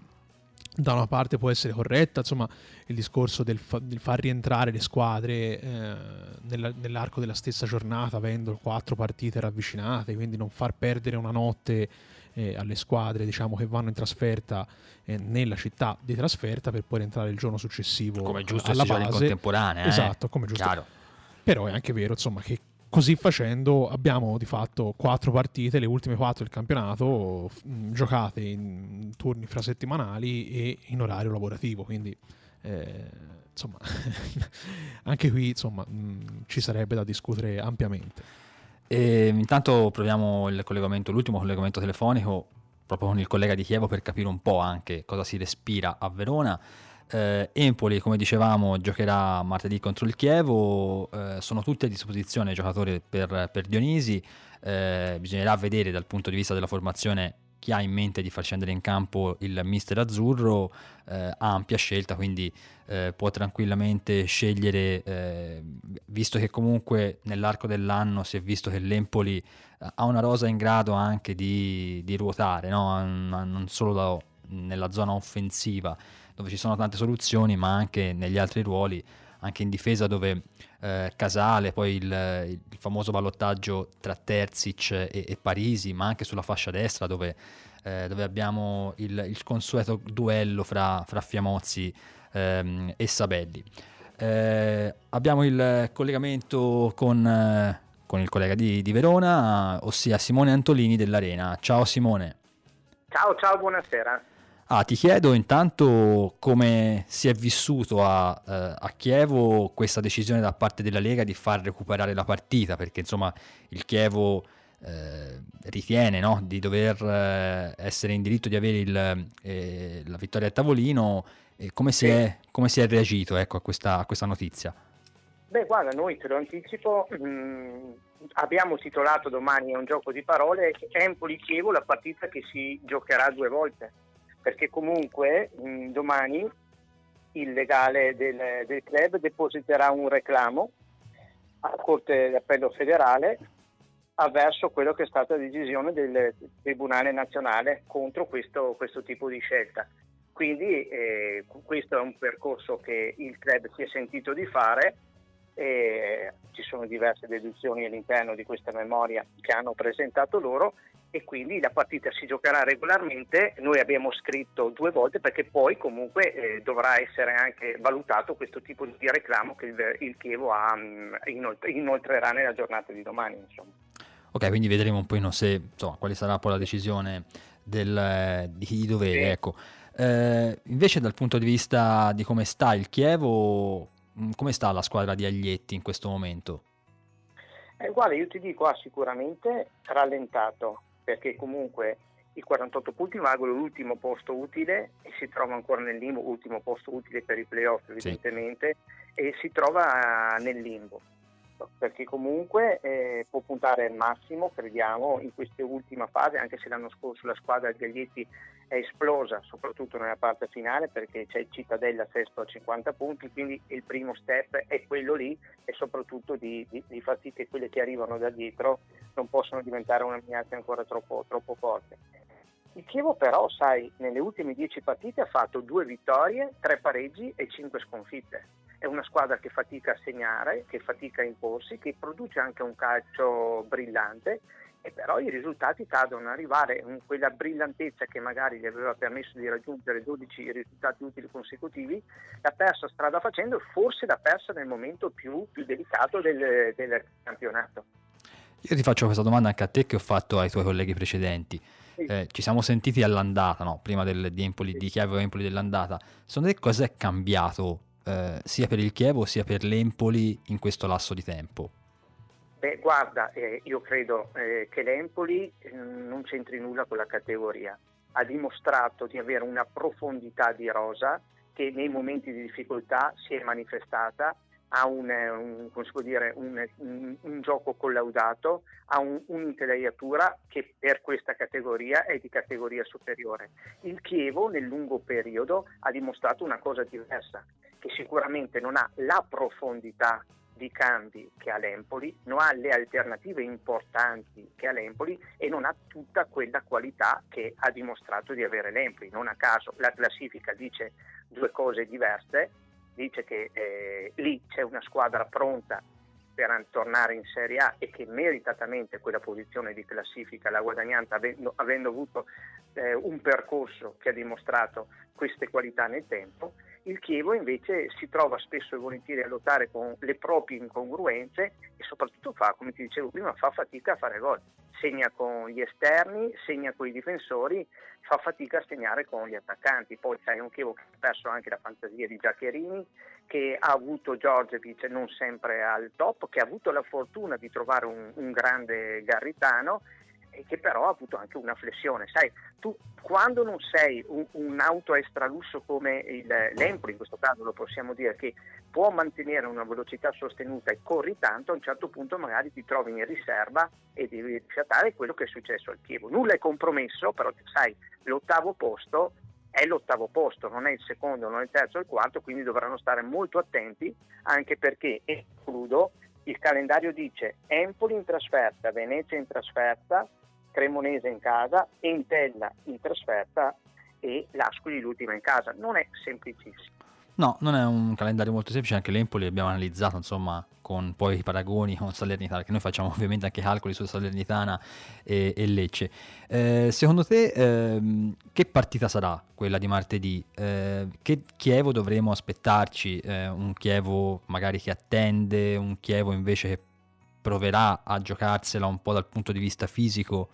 da una parte può essere corretta, insomma il discorso del, fa- del far rientrare le squadre eh, nella- nell'arco della stessa giornata, avendo quattro partite ravvicinate, quindi non far perdere una notte eh, alle squadre, diciamo, che vanno in trasferta eh, nella città di trasferta, per poi rientrare il giorno successivo Come è giusto alla si gioca in base. contemporanea, eh. Esatto, come giusto. Chiaro. Però è anche vero, insomma, che così facendo abbiamo di fatto quattro partite, le ultime quattro del campionato, f- mh, giocate in turni frasettimanali e in orario lavorativo, quindi eh, insomma anche qui insomma mh, ci sarebbe da discutere ampiamente. E intanto proviamo il collegamento, l'ultimo collegamento telefonico proprio con il collega di Chievo, per capire un po' anche cosa si respira a Verona. Eh, Empoli, come dicevamo, giocherà martedì contro il Chievo. Eh, sono tutti a disposizione i giocatori per, per Dionisi. Eh, bisognerà vedere dal punto di vista della formazione chi ha in mente di far scendere in campo il mister azzurro. Eh, ha ampia scelta, quindi eh, può tranquillamente scegliere, eh, visto che comunque nell'arco dell'anno si è visto che l'Empoli eh, ha una rosa in grado anche di, di ruotare, no? Non solo da, nella zona offensiva, dove ci sono tante soluzioni, ma anche negli altri ruoli, anche in difesa, dove eh, Casale, poi il, il famoso ballottaggio tra Terzic e, e Parisi, ma anche sulla fascia destra, dove, eh, dove abbiamo il, il consueto duello fra, fra Fiamozzi ehm, e Sabelli. Eh, abbiamo il collegamento con, eh, con il collega di, di Verona, ossia Simone Antolini dell'Arena. Ciao Simone. Ciao, ciao, buonasera. Ah, ti chiedo intanto come si è vissuto a, eh, a Chievo questa decisione da parte della Lega di far recuperare la partita, perché insomma il Chievo eh, ritiene, no, di dover eh, essere in diritto di avere il, eh, la vittoria a tavolino. E come, si è, come si è reagito, ecco, a questa, a questa notizia? Beh, guarda, noi te lo anticipo, mh, abbiamo titolato domani, è un gioco di parole, Empoli-Chievo, la partita che si giocherà due volte. Perché comunque mh, domani il legale del, del club depositerà un reclamo alla Corte d'Appello federale avverso quello che è stata la decisione del Tribunale Nazionale contro questo, questo tipo di scelta. Quindi eh, questo è un percorso che il club si è sentito di fare. E ci sono diverse deduzioni all'interno di questa memoria che hanno presentato loro, e quindi la partita si giocherà regolarmente. Noi abbiamo scritto due volte perché poi comunque eh, dovrà essere anche valutato questo tipo di reclamo che il, il Chievo ha, mh, inoltre, inoltrerà nella giornata di domani, insomma. Ok, quindi vedremo un po' se, insomma, quale sarà poi la decisione del, di chi di dovere, Sì. ecco. Eh, invece dal punto di vista di come sta il Chievo, come sta la squadra di Aglietti in questo momento? Eh, guarda, io ti dico, ha sicuramente rallentato, perché comunque i quarantotto punti valgono l'ultimo posto utile e si trova ancora nel limbo, ultimo posto utile per i playoff evidentemente, sì. E si trova nel limbo, perché comunque eh, può puntare al massimo, crediamo, in questa ultima fase, anche se l'anno scorso la squadra di Aglietti è esplosa, soprattutto nella parte finale, perché c'è il Cittadella sesto a cinquanta punti, quindi il primo step è quello lì, e soprattutto di, di, di far sì che quelle che arrivano da dietro non possano diventare una minaccia ancora troppo, troppo forte. Il Chievo però, sai, nelle ultime dieci partite ha fatto due vittorie, tre pareggi e cinque sconfitte. È una squadra che fatica a segnare, che fatica a imporsi, che produce anche un calcio brillante, e però i risultati tardono ad arrivare. Quella brillantezza che magari gli aveva permesso di raggiungere dodici risultati utili consecutivi l'ha persa strada facendo, e forse l'ha persa nel momento più, più delicato del, del campionato. Io ti faccio questa domanda anche a te che ho fatto ai tuoi colleghi precedenti. Sì. Eh, ci siamo sentiti all'andata, no? Prima del, di Empoli, sì. di Chievo e Empoli dell'andata. Secondo te cosa è cambiato eh, sia per il Chievo sia per l'Empoli in questo lasso di tempo? Beh, guarda, eh, io credo eh, che l'Empoli eh, non c'entri nulla con la categoria. Ha dimostrato di avere una profondità di rosa che nei momenti di difficoltà si è manifestata, ha un, un, come si può dire, un, un, un gioco collaudato, ha un, un'intelaiatura che per questa categoria è di categoria superiore. Il Chievo nel lungo periodo ha dimostrato una cosa diversa, che sicuramente non ha la profondità di cambi che ha l'Empoli, non ha le alternative importanti che ha l'Empoli e non ha tutta quella qualità che ha dimostrato di avere l'Empoli. Non a caso la classifica dice due cose diverse, dice che eh, lì c'è una squadra pronta per tornare in Serie A e che meritatamente quella posizione di classifica l'ha guadagnata avendo, avendo avuto eh, un percorso che ha dimostrato queste qualità nel tempo. Il Chievo invece si trova spesso e volentieri a lottare con le proprie incongruenze e soprattutto fa, come ti dicevo prima, fa fatica a fare gol. Segna con gli esterni, segna con i difensori, fa fatica a segnare con gli attaccanti. Poi sai, un Chievo che ha perso anche la fantasia di Giaccherini, che ha avuto Giorgevic non sempre al top, che ha avuto la fortuna di trovare un, un grande Garritano, e che però ha avuto anche una flessione. Sai, tu quando non sei un, un auto extralusso come il, l'Empoli, in questo caso lo possiamo dire, che può mantenere una velocità sostenuta e corri tanto, a un certo punto magari ti trovi in riserva e devi rifiatare quello che è successo al Chievo. Nulla è compromesso, però sai, l'ottavo posto è l'ottavo posto, non è il secondo, non è il terzo o il quarto, quindi dovranno stare molto attenti, anche perché, e concludo, il calendario dice Empoli in trasferta, Venezia in trasferta, Cremonese in casa, Entella in trasferta e l'Ascoli l'ultima in casa. Non è semplicissimo. No, non è un calendario molto semplice, anche l'Empoli abbiamo analizzato, insomma, con poi i paragoni con Salernitana, che noi facciamo ovviamente anche calcoli su Salernitana e, e Lecce. Eh, secondo te ehm, che partita sarà quella di martedì? Eh, che Chievo dovremo aspettarci? Eh, un Chievo magari che attende, un Chievo invece che proverà a giocarsela un po' dal punto di vista fisico?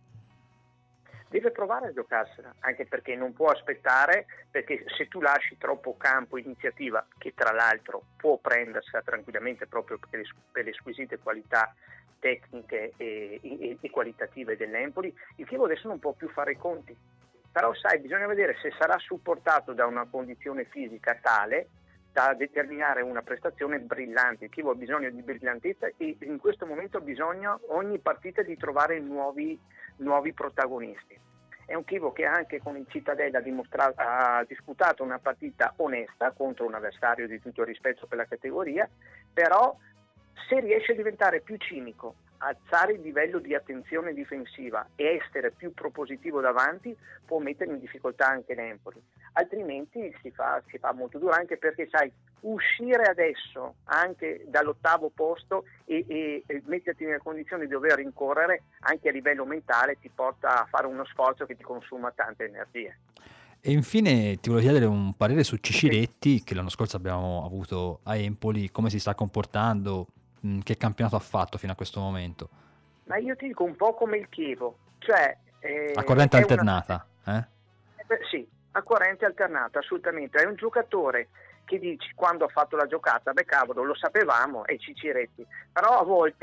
Deve provare a giocarsela, anche perché non può aspettare, perché se tu lasci troppo campo iniziativa, che tra l'altro può prendersela tranquillamente proprio per le, per le squisite qualità tecniche e, e, e qualitative dell'Empoli, il Chievo adesso non può più fare i conti. Però sai, bisogna vedere se sarà supportato da una condizione fisica tale da determinare una prestazione brillante. Il Chievo ha bisogno di brillantezza e in questo momento ha bisogno ogni partita di trovare nuovi, nuovi protagonisti. È un Chievo che anche con il Cittadella ha, dimostrato, ha disputato una partita onesta contro un avversario di tutto rispetto per la categoria, però se riesce a diventare più cinico, alzare il livello di attenzione difensiva e essere più propositivo davanti, può mettere in difficoltà anche l'Empoli. Altrimenti si fa, si fa molto duro, anche perché sai, uscire adesso anche dall'ottavo posto e, e, e metterti nelle condizioni di dover rincorrere anche a livello mentale ti porta a fare uno sforzo che ti consuma tante energie. E infine ti volevo chiedere un parere su Ciciretti, che l'anno scorso abbiamo avuto a Empoli, come si sta comportando, che campionato ha fatto fino a questo momento? Ma io ti dico un po' come il Chievo, cioè eh, a corrente alternata, una... eh? Eh, sì, a corrente alternata, assolutamente. È un giocatore che dici, quando ha fatto la giocata, beh cavolo, lo sapevamo, è Ciciretti, però a volte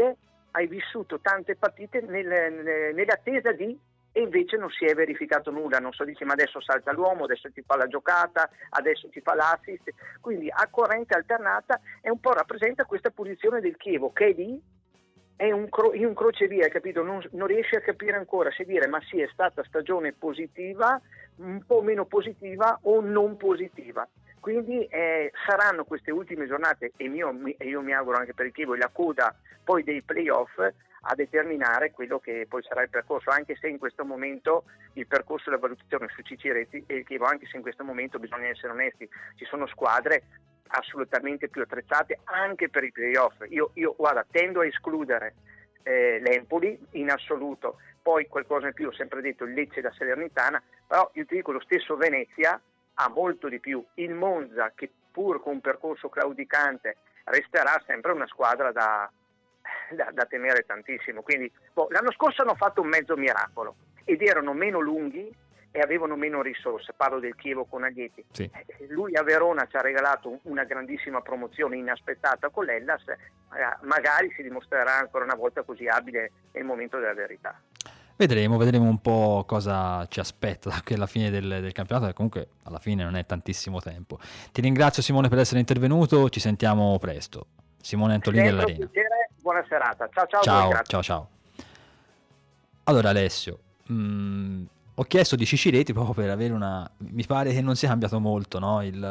hai vissuto tante partite nel, nel, nell'attesa di, e invece non si è verificato nulla, non so, dici ma adesso salta l'uomo, adesso ti fa la giocata, adesso ti fa l'assist, quindi a corrente alternata è un po' rappresenta questa posizione del Chievo che è lì, è un, cro- in un crocevia, capito? Non, non riesci a capire ancora se dire ma sì è stata stagione positiva, un po' meno positiva o non positiva. Quindi eh, saranno queste ultime giornate, e io, e io mi auguro anche per il Chievo, la coda poi dei playoff a determinare quello che poi sarà il percorso, anche se in questo momento il percorso e la valutazione su Ciciretti e il Chievo, anche se in questo momento bisogna essere onesti, ci sono squadre assolutamente più attrezzate anche per i playoff. Io, io guarda, tendo a escludere eh, l'Empoli in assoluto, poi qualcosa in più, ho sempre detto il Lecce e la Salernitana, però io ti dico lo stesso Venezia ha molto di più, il Monza che pur con un percorso claudicante resterà sempre una squadra da, da, da temere tantissimo, quindi boh, l'anno scorso hanno fatto un mezzo miracolo ed erano meno lunghi e avevano meno risorse, parlo del Chievo con Aglietti. Sì. Lui a Verona ci ha regalato una grandissima promozione inaspettata con l'Hellas, magari si dimostrerà ancora una volta così abile nel momento della verità. Vedremo, vedremo un po' cosa ci aspetta da qui alla fine del, del campionato, che comunque alla fine non è tantissimo tempo. Ti ringrazio Simone per essere intervenuto, ci sentiamo presto. Simone Antolini dell'Arena. Piacere, buona serata. Ciao ciao. Ciao, ciao, ciao. Allora Alessio, mh, ho chiesto di Ciciretti proprio per avere una... Mi pare che non sia cambiato molto, no? Il...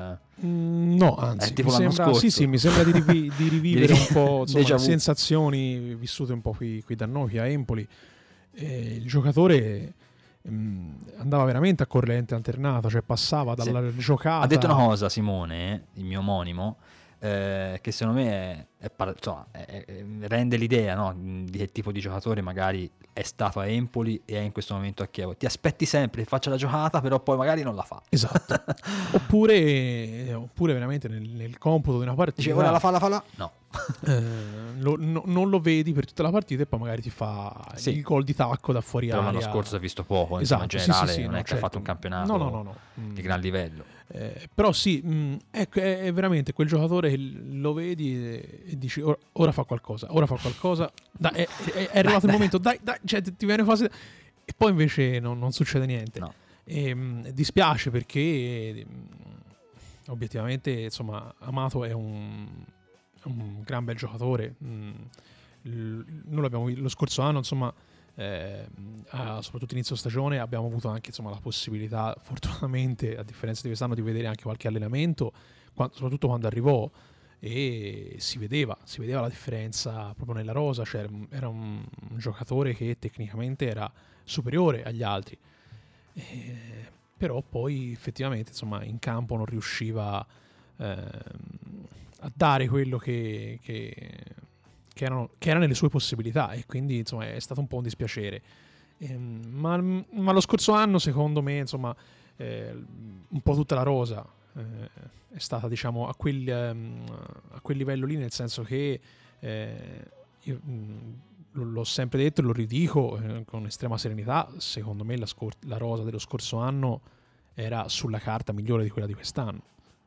Mm, no, anzi, tipo mi l'anno sembra, scorso. sì, sì, mi sembra di, rivi- di rivivere un po' insomma, Déjà le vu. sensazioni vissute un po' qui, qui da noi, qui a Empoli. Eh, il giocatore mh, andava veramente a corrente alternata, cioè passava dalla Sì. giocata... Ha detto una cosa Simone, il mio omonimo, eh, che secondo me è, è par- insomma, è- è- rende l'idea, no, di che tipo di giocatore magari è stato a Empoli e è in questo momento a Chievo. Ti aspetti sempre che faccia la giocata, però poi magari non la fa. Esatto. oppure, oppure veramente nel, nel computo di una partita... Dice ora la fa, la fa là? No. eh, lo- no- non lo vedi per tutta la partita e poi magari ti fa Sì. il gol di tacco da fuori Però area. l'anno scorso ha visto poco, Esatto, insomma, in sì, generale sì, sì, non no, è che certo. ha fatto un campionato No, no, no, no. Mm. di gran livello. Eh, però sì, mh, ecco, è, è veramente quel giocatore che lo vedi e, e dici ora, ora fa qualcosa, ora fa qualcosa, dai, è, è- è arrivato il momento, dai, dai, cioè, ti ti viene quasi... E poi invece non, non succede niente. No. E, mh, dispiace perché mh, obiettivamente insomma Amato è un, un gran bel giocatore. Mh, l- noi l'abbiamo vi- lo scorso anno insomma eh, a- soprattutto inizio stagione abbiamo avuto anche insomma la possibilità fortunatamente a differenza di quest'anno di vedere anche qualche allenamento qua- soprattutto quando arrivò e si vedeva si vedeva la differenza proprio nella rosa, cioè era un- era un, un giocatore che tecnicamente era superiore agli altri. Eh, però poi effettivamente insomma in campo non riusciva ehm, a dare quello che, che, che, erano, che era nelle sue possibilità e quindi insomma è stato un po' un dispiacere. Ehm, ma, ma lo scorso anno secondo me insomma eh, un po' tutta la rosa eh, è stata diciamo a quel, ehm, a quel livello lì, nel senso che eh, io, mh, l- l'ho sempre detto e lo ridico eh, con estrema serenità, secondo me la, scor- la rosa dello scorso anno era sulla carta migliore di quella di quest'anno.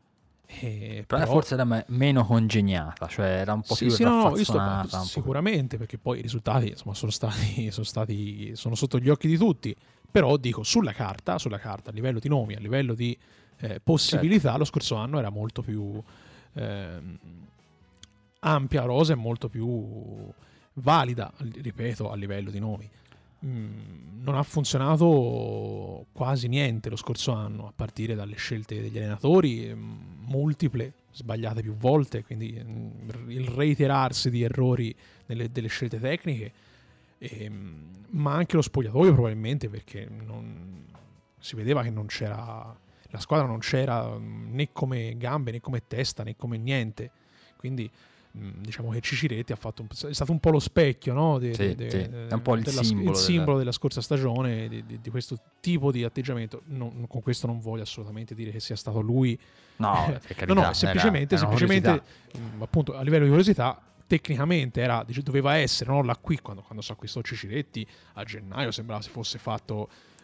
E Però, forse era me- meno congegnata, cioè era un po' sì, più sì, no, no, io sto- raffazzonata. un po' sicuramente, perché poi i risultati insomma, sono stati, sono stati sono sotto gli occhi di tutti, però dico sulla carta, sulla carta a livello di nomi, a livello di eh, possibilità, Certo. lo scorso anno era molto più ehm, ampia rosa e molto più valida, ripeto, a livello di nomi. Mm, non ha funzionato quasi niente lo scorso anno, a partire dalle scelte degli allenatori, mm, multiple, sbagliate più volte, quindi mm, il reiterarsi di errori nelle, delle scelte tecniche, ehm, ma anche lo spogliatoio probabilmente, perché non, si vedeva che non c'era, la squadra non c'era mm, né come gambe né come testa né come niente, quindi mh, diciamo che Ciciretti ha fatto un, è stato un po' lo specchio, no? De, Sì, de- sì, de- è un po' il della, simbolo della- simbolo della scorsa stagione di, di- di questo tipo di atteggiamento. Non- con questo non voglio assolutamente dire che sia stato lui. No, Eh, per no, carità, no, semplicemente, era- era una semplicemente curiosità. mh, appunto a livello di curiosità tecnicamente era, dice, doveva essere, no? Là qui quando, quando si acquistò Ciciretti a gennaio sembrava si fosse fatto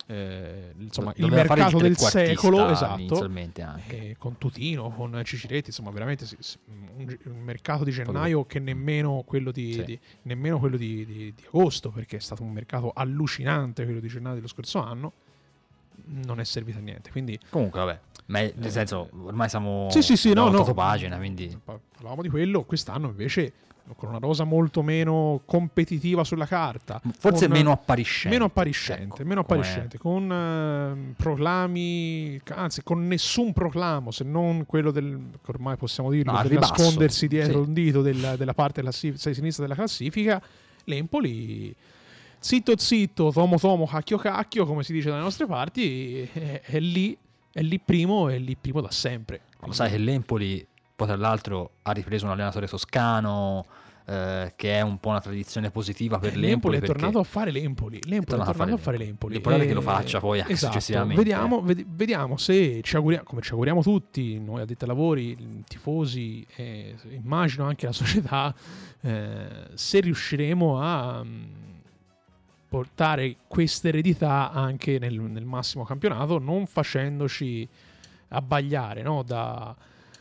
eh, insomma, Do- il doveva fare mercato il del trequartista secolo, esatto, inizialmente anche. eh, con Tutino, con Ciciretti, insomma veramente sì, sì, un, un mercato di gennaio che nemmeno quello di, Sì. di nemmeno quello di, di- di agosto, perché è stato un mercato allucinante quello di gennaio dello scorso anno, non è servito a niente, quindi Comunque, vabbè, ma è- nel Eh, senso, ormai siamo sì sì sì no abbiamo no voltato pagina, quindi parlavamo di quello. Quest'anno invece con una rosa molto meno competitiva sulla carta, forse con- meno appariscente. meno appariscente, Ecco, meno come- appariscente, con eh, proclami, anzi con nessun proclamo se non quello del, che ormai possiamo dirlo, No, al del ribasso, nascondersi dietro sì. un dito del- della parte classi- sinistra della classifica. L'Empoli zitto zitto, tomo tomo, cacchio cacchio, come si dice dalle nostre parti, è, è lì, è lì primo, è lì primo da sempre. Ma sai che l'Empoli poi tra l'altro ha ripreso un allenatore toscano, eh, che è un po' una tradizione positiva per Eh, l'Empoli, è perché tornato a fare l'Empoli. L'Empoli è tornato a fare l'Empoli. L'importante è E- che lo faccia poi anche esatto. successivamente. Vediamo, ved- vediamo se ci auguriamo, come ci auguriamo tutti, noi addetti ai lavori, i tifosi, e immagino anche la società, eh, se riusciremo a mm, portare questa eredità anche nel, nel massimo campionato, non facendoci abbagliare, no, da...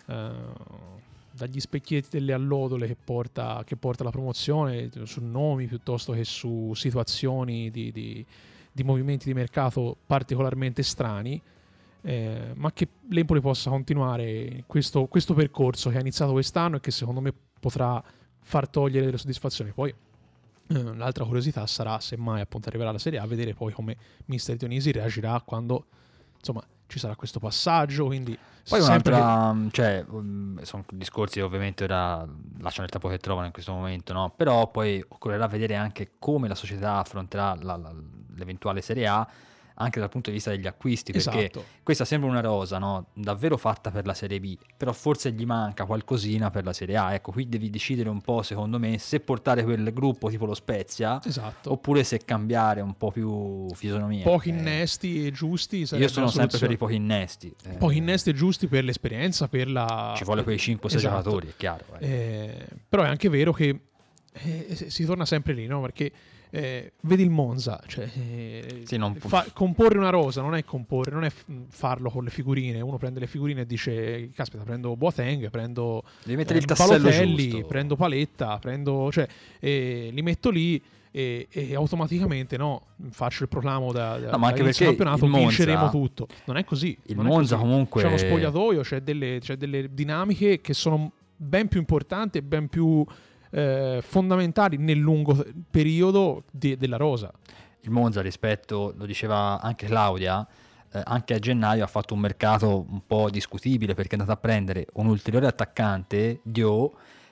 eh, dagli specchietti delle allodole che porta, che porta la promozione, su nomi piuttosto che su situazioni di, di, di movimenti di mercato particolarmente strani, eh, ma che l'Empoli possa continuare questo, questo percorso che ha iniziato quest'anno e che secondo me potrà far togliere delle soddisfazioni. Poi eh, l'altra curiosità sarà, semmai appunto arriverà alla Serie A, vedere poi come mister Dionisi reagirà quando insomma ci sarà questo passaggio, quindi Poi sempre un'altra, cioè, um, sono discorsi che ovviamente ora lasciano il tempo che trovano in questo momento, no? Però poi occorrerà vedere anche come la società affronterà la- la- l'eventuale Serie A, anche dal punto di vista degli acquisti, perché esatto. questa sembra una rosa, no? Davvero fatta per la Serie B, però forse gli manca qualcosina per la Serie A. Ecco, qui devi decidere un po', secondo me, se portare quel gruppo tipo lo Spezia, Esatto. oppure se cambiare un po' più fisionomia. Pochi Eh, innesti e giusti Io sarebbe sono la sempre per soluzione. i pochi innesti. Eh, Pochi innesti e giusti per l'esperienza, per la... Ci vuole quei cinque sei Esatto. giocatori, è chiaro. eh. Eh, però è anche vero che eh, si torna sempre lì, no? Perché eh, vedi il Monza, cioè, eh, Sì, non- fa- comporre una rosa non è comporre, non è f- farlo con le figurine. Uno prende le figurine e dice: caspita, prendo Boateng, prendo Devi mettere il eh, tassello Balotelli, giusto. prendo Paletta, prendo, cioè, eh, li metto lì. E, e automaticamente no, faccio il proclamo da, da No, ma anche dall'inizio perché campionato, il Monza- vinceremo tutto. Non è così. Il non è Monza così. comunque- c'è uno spogliatoio, c'è delle, c'è delle dinamiche che sono ben più importanti e ben più eh, fondamentali nel lungo periodo di- della rosa. Il Monza, rispetto, lo diceva anche Claudia, eh, anche a gennaio ha fatto un mercato un po' discutibile, perché è andato a prendere un ulteriore attaccante, Dio,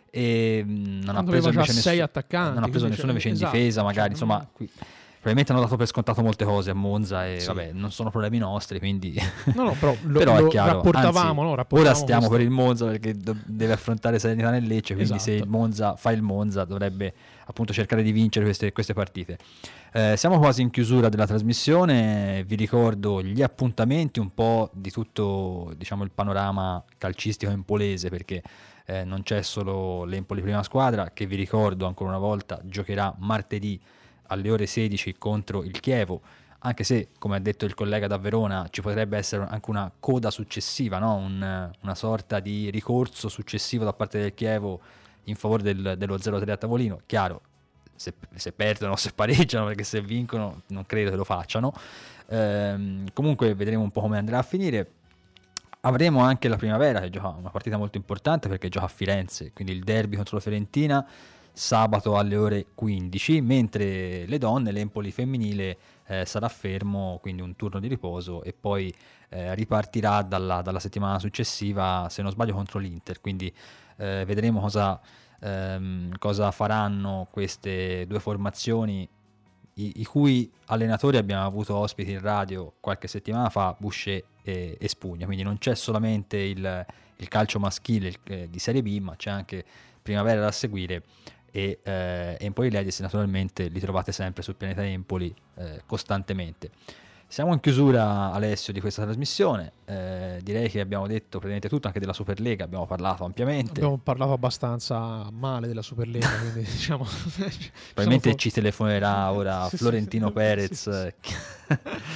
e mh, non ha Quando preso aveva già invece sei nessun- attaccanti, non ha preso quindi nessuno invece cioè, in esatto, difesa, magari, cioè, insomma, non- qui, probabilmente hanno dato per scontato molte cose a Monza e Sì. vabbè, non sono problemi nostri, quindi No, no, però lo, però è lo chiaro, rapportavamo, anzi, no? Rapportavamo ora stiamo questo. per il Monza perché do- deve affrontare Serenità nel Lecce, quindi se Esatto. il Monza fa il Monza dovrebbe appunto cercare di vincere queste, queste partite. Eh, siamo quasi in chiusura della trasmissione, vi ricordo gli appuntamenti un po' di tutto, diciamo, il panorama calcistico empolese, perché eh, non c'è solo l'Empoli prima squadra, che vi ricordo ancora una volta giocherà martedì alle ore sedici contro il Chievo, anche se, come ha detto il collega da Verona, ci potrebbe essere anche una coda successiva, no? Un- una sorta di ricorso successivo da parte del Chievo in favore del- dello zero tre a tavolino. Chiaro, se, se perdono o se pareggiano, perché se vincono non credo che lo facciano. Ehm, comunque vedremo un po' come andrà a finire. Avremo anche la Primavera che gioca una partita molto importante, perché gioca a Firenze, quindi il derby contro la Fiorentina sabato alle ore quindici, mentre le donne, l'Empoli femminile eh, sarà fermo, quindi un turno di riposo, e poi eh, ripartirà dalla, dalla settimana successiva, se non sbaglio, contro l'Inter, quindi eh, vedremo cosa, ehm, cosa faranno queste due formazioni, i, i cui allenatori abbiamo avuto ospiti in radio qualche settimana fa, Boucher e, e Spugna, quindi non c'è solamente il, il calcio maschile il- eh, di Serie B, ma c'è anche Primavera da seguire, e eh, Empoli Ladies naturalmente li trovate sempre sul pianeta Empoli eh, costantemente. Siamo in chiusura, Alessio, di questa trasmissione. Eh, direi che abbiamo detto praticamente tutto, anche della Superlega abbiamo parlato ampiamente. Abbiamo parlato abbastanza male della Superlega, quindi diciamo... Probabilmente diciamo, ci telefonerà ora Sì, sì, Florentino sì, Perez. sì, sì.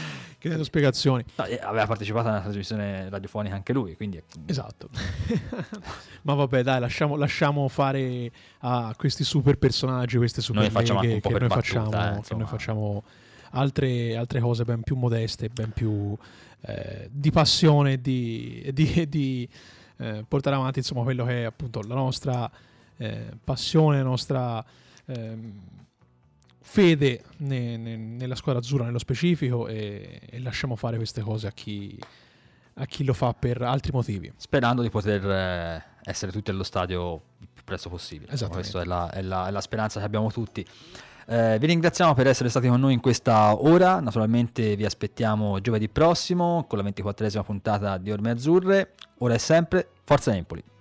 chiedendo spiegazioni. No, aveva partecipato a una trasmissione radiofonica anche lui, quindi... Esatto. Ma vabbè, dai, lasciamo, lasciamo fare a questi super personaggi, queste super noi facciamo leghe, anche un po' che, per noi battuta, facciamo, eh, che noi facciamo altre, altre cose ben più modeste, ben più eh, di passione e di, e di, e di eh, portare avanti insomma quello che è appunto la nostra eh, passione, la nostra eh, fede ne, ne, nella squadra azzurra nello specifico, e, e lasciamo fare queste cose a chi, a chi lo fa per altri motivi. Sperando di poter eh, essere tutti allo stadio il più presto possibile. Questa è la, è, la, è la speranza che abbiamo tutti. Eh, vi ringraziamo per essere stati con noi in questa ora. Naturalmente vi aspettiamo giovedì prossimo con la ventiquattresima puntata di Orme Azzurre. Ora e sempre, Forza Empoli!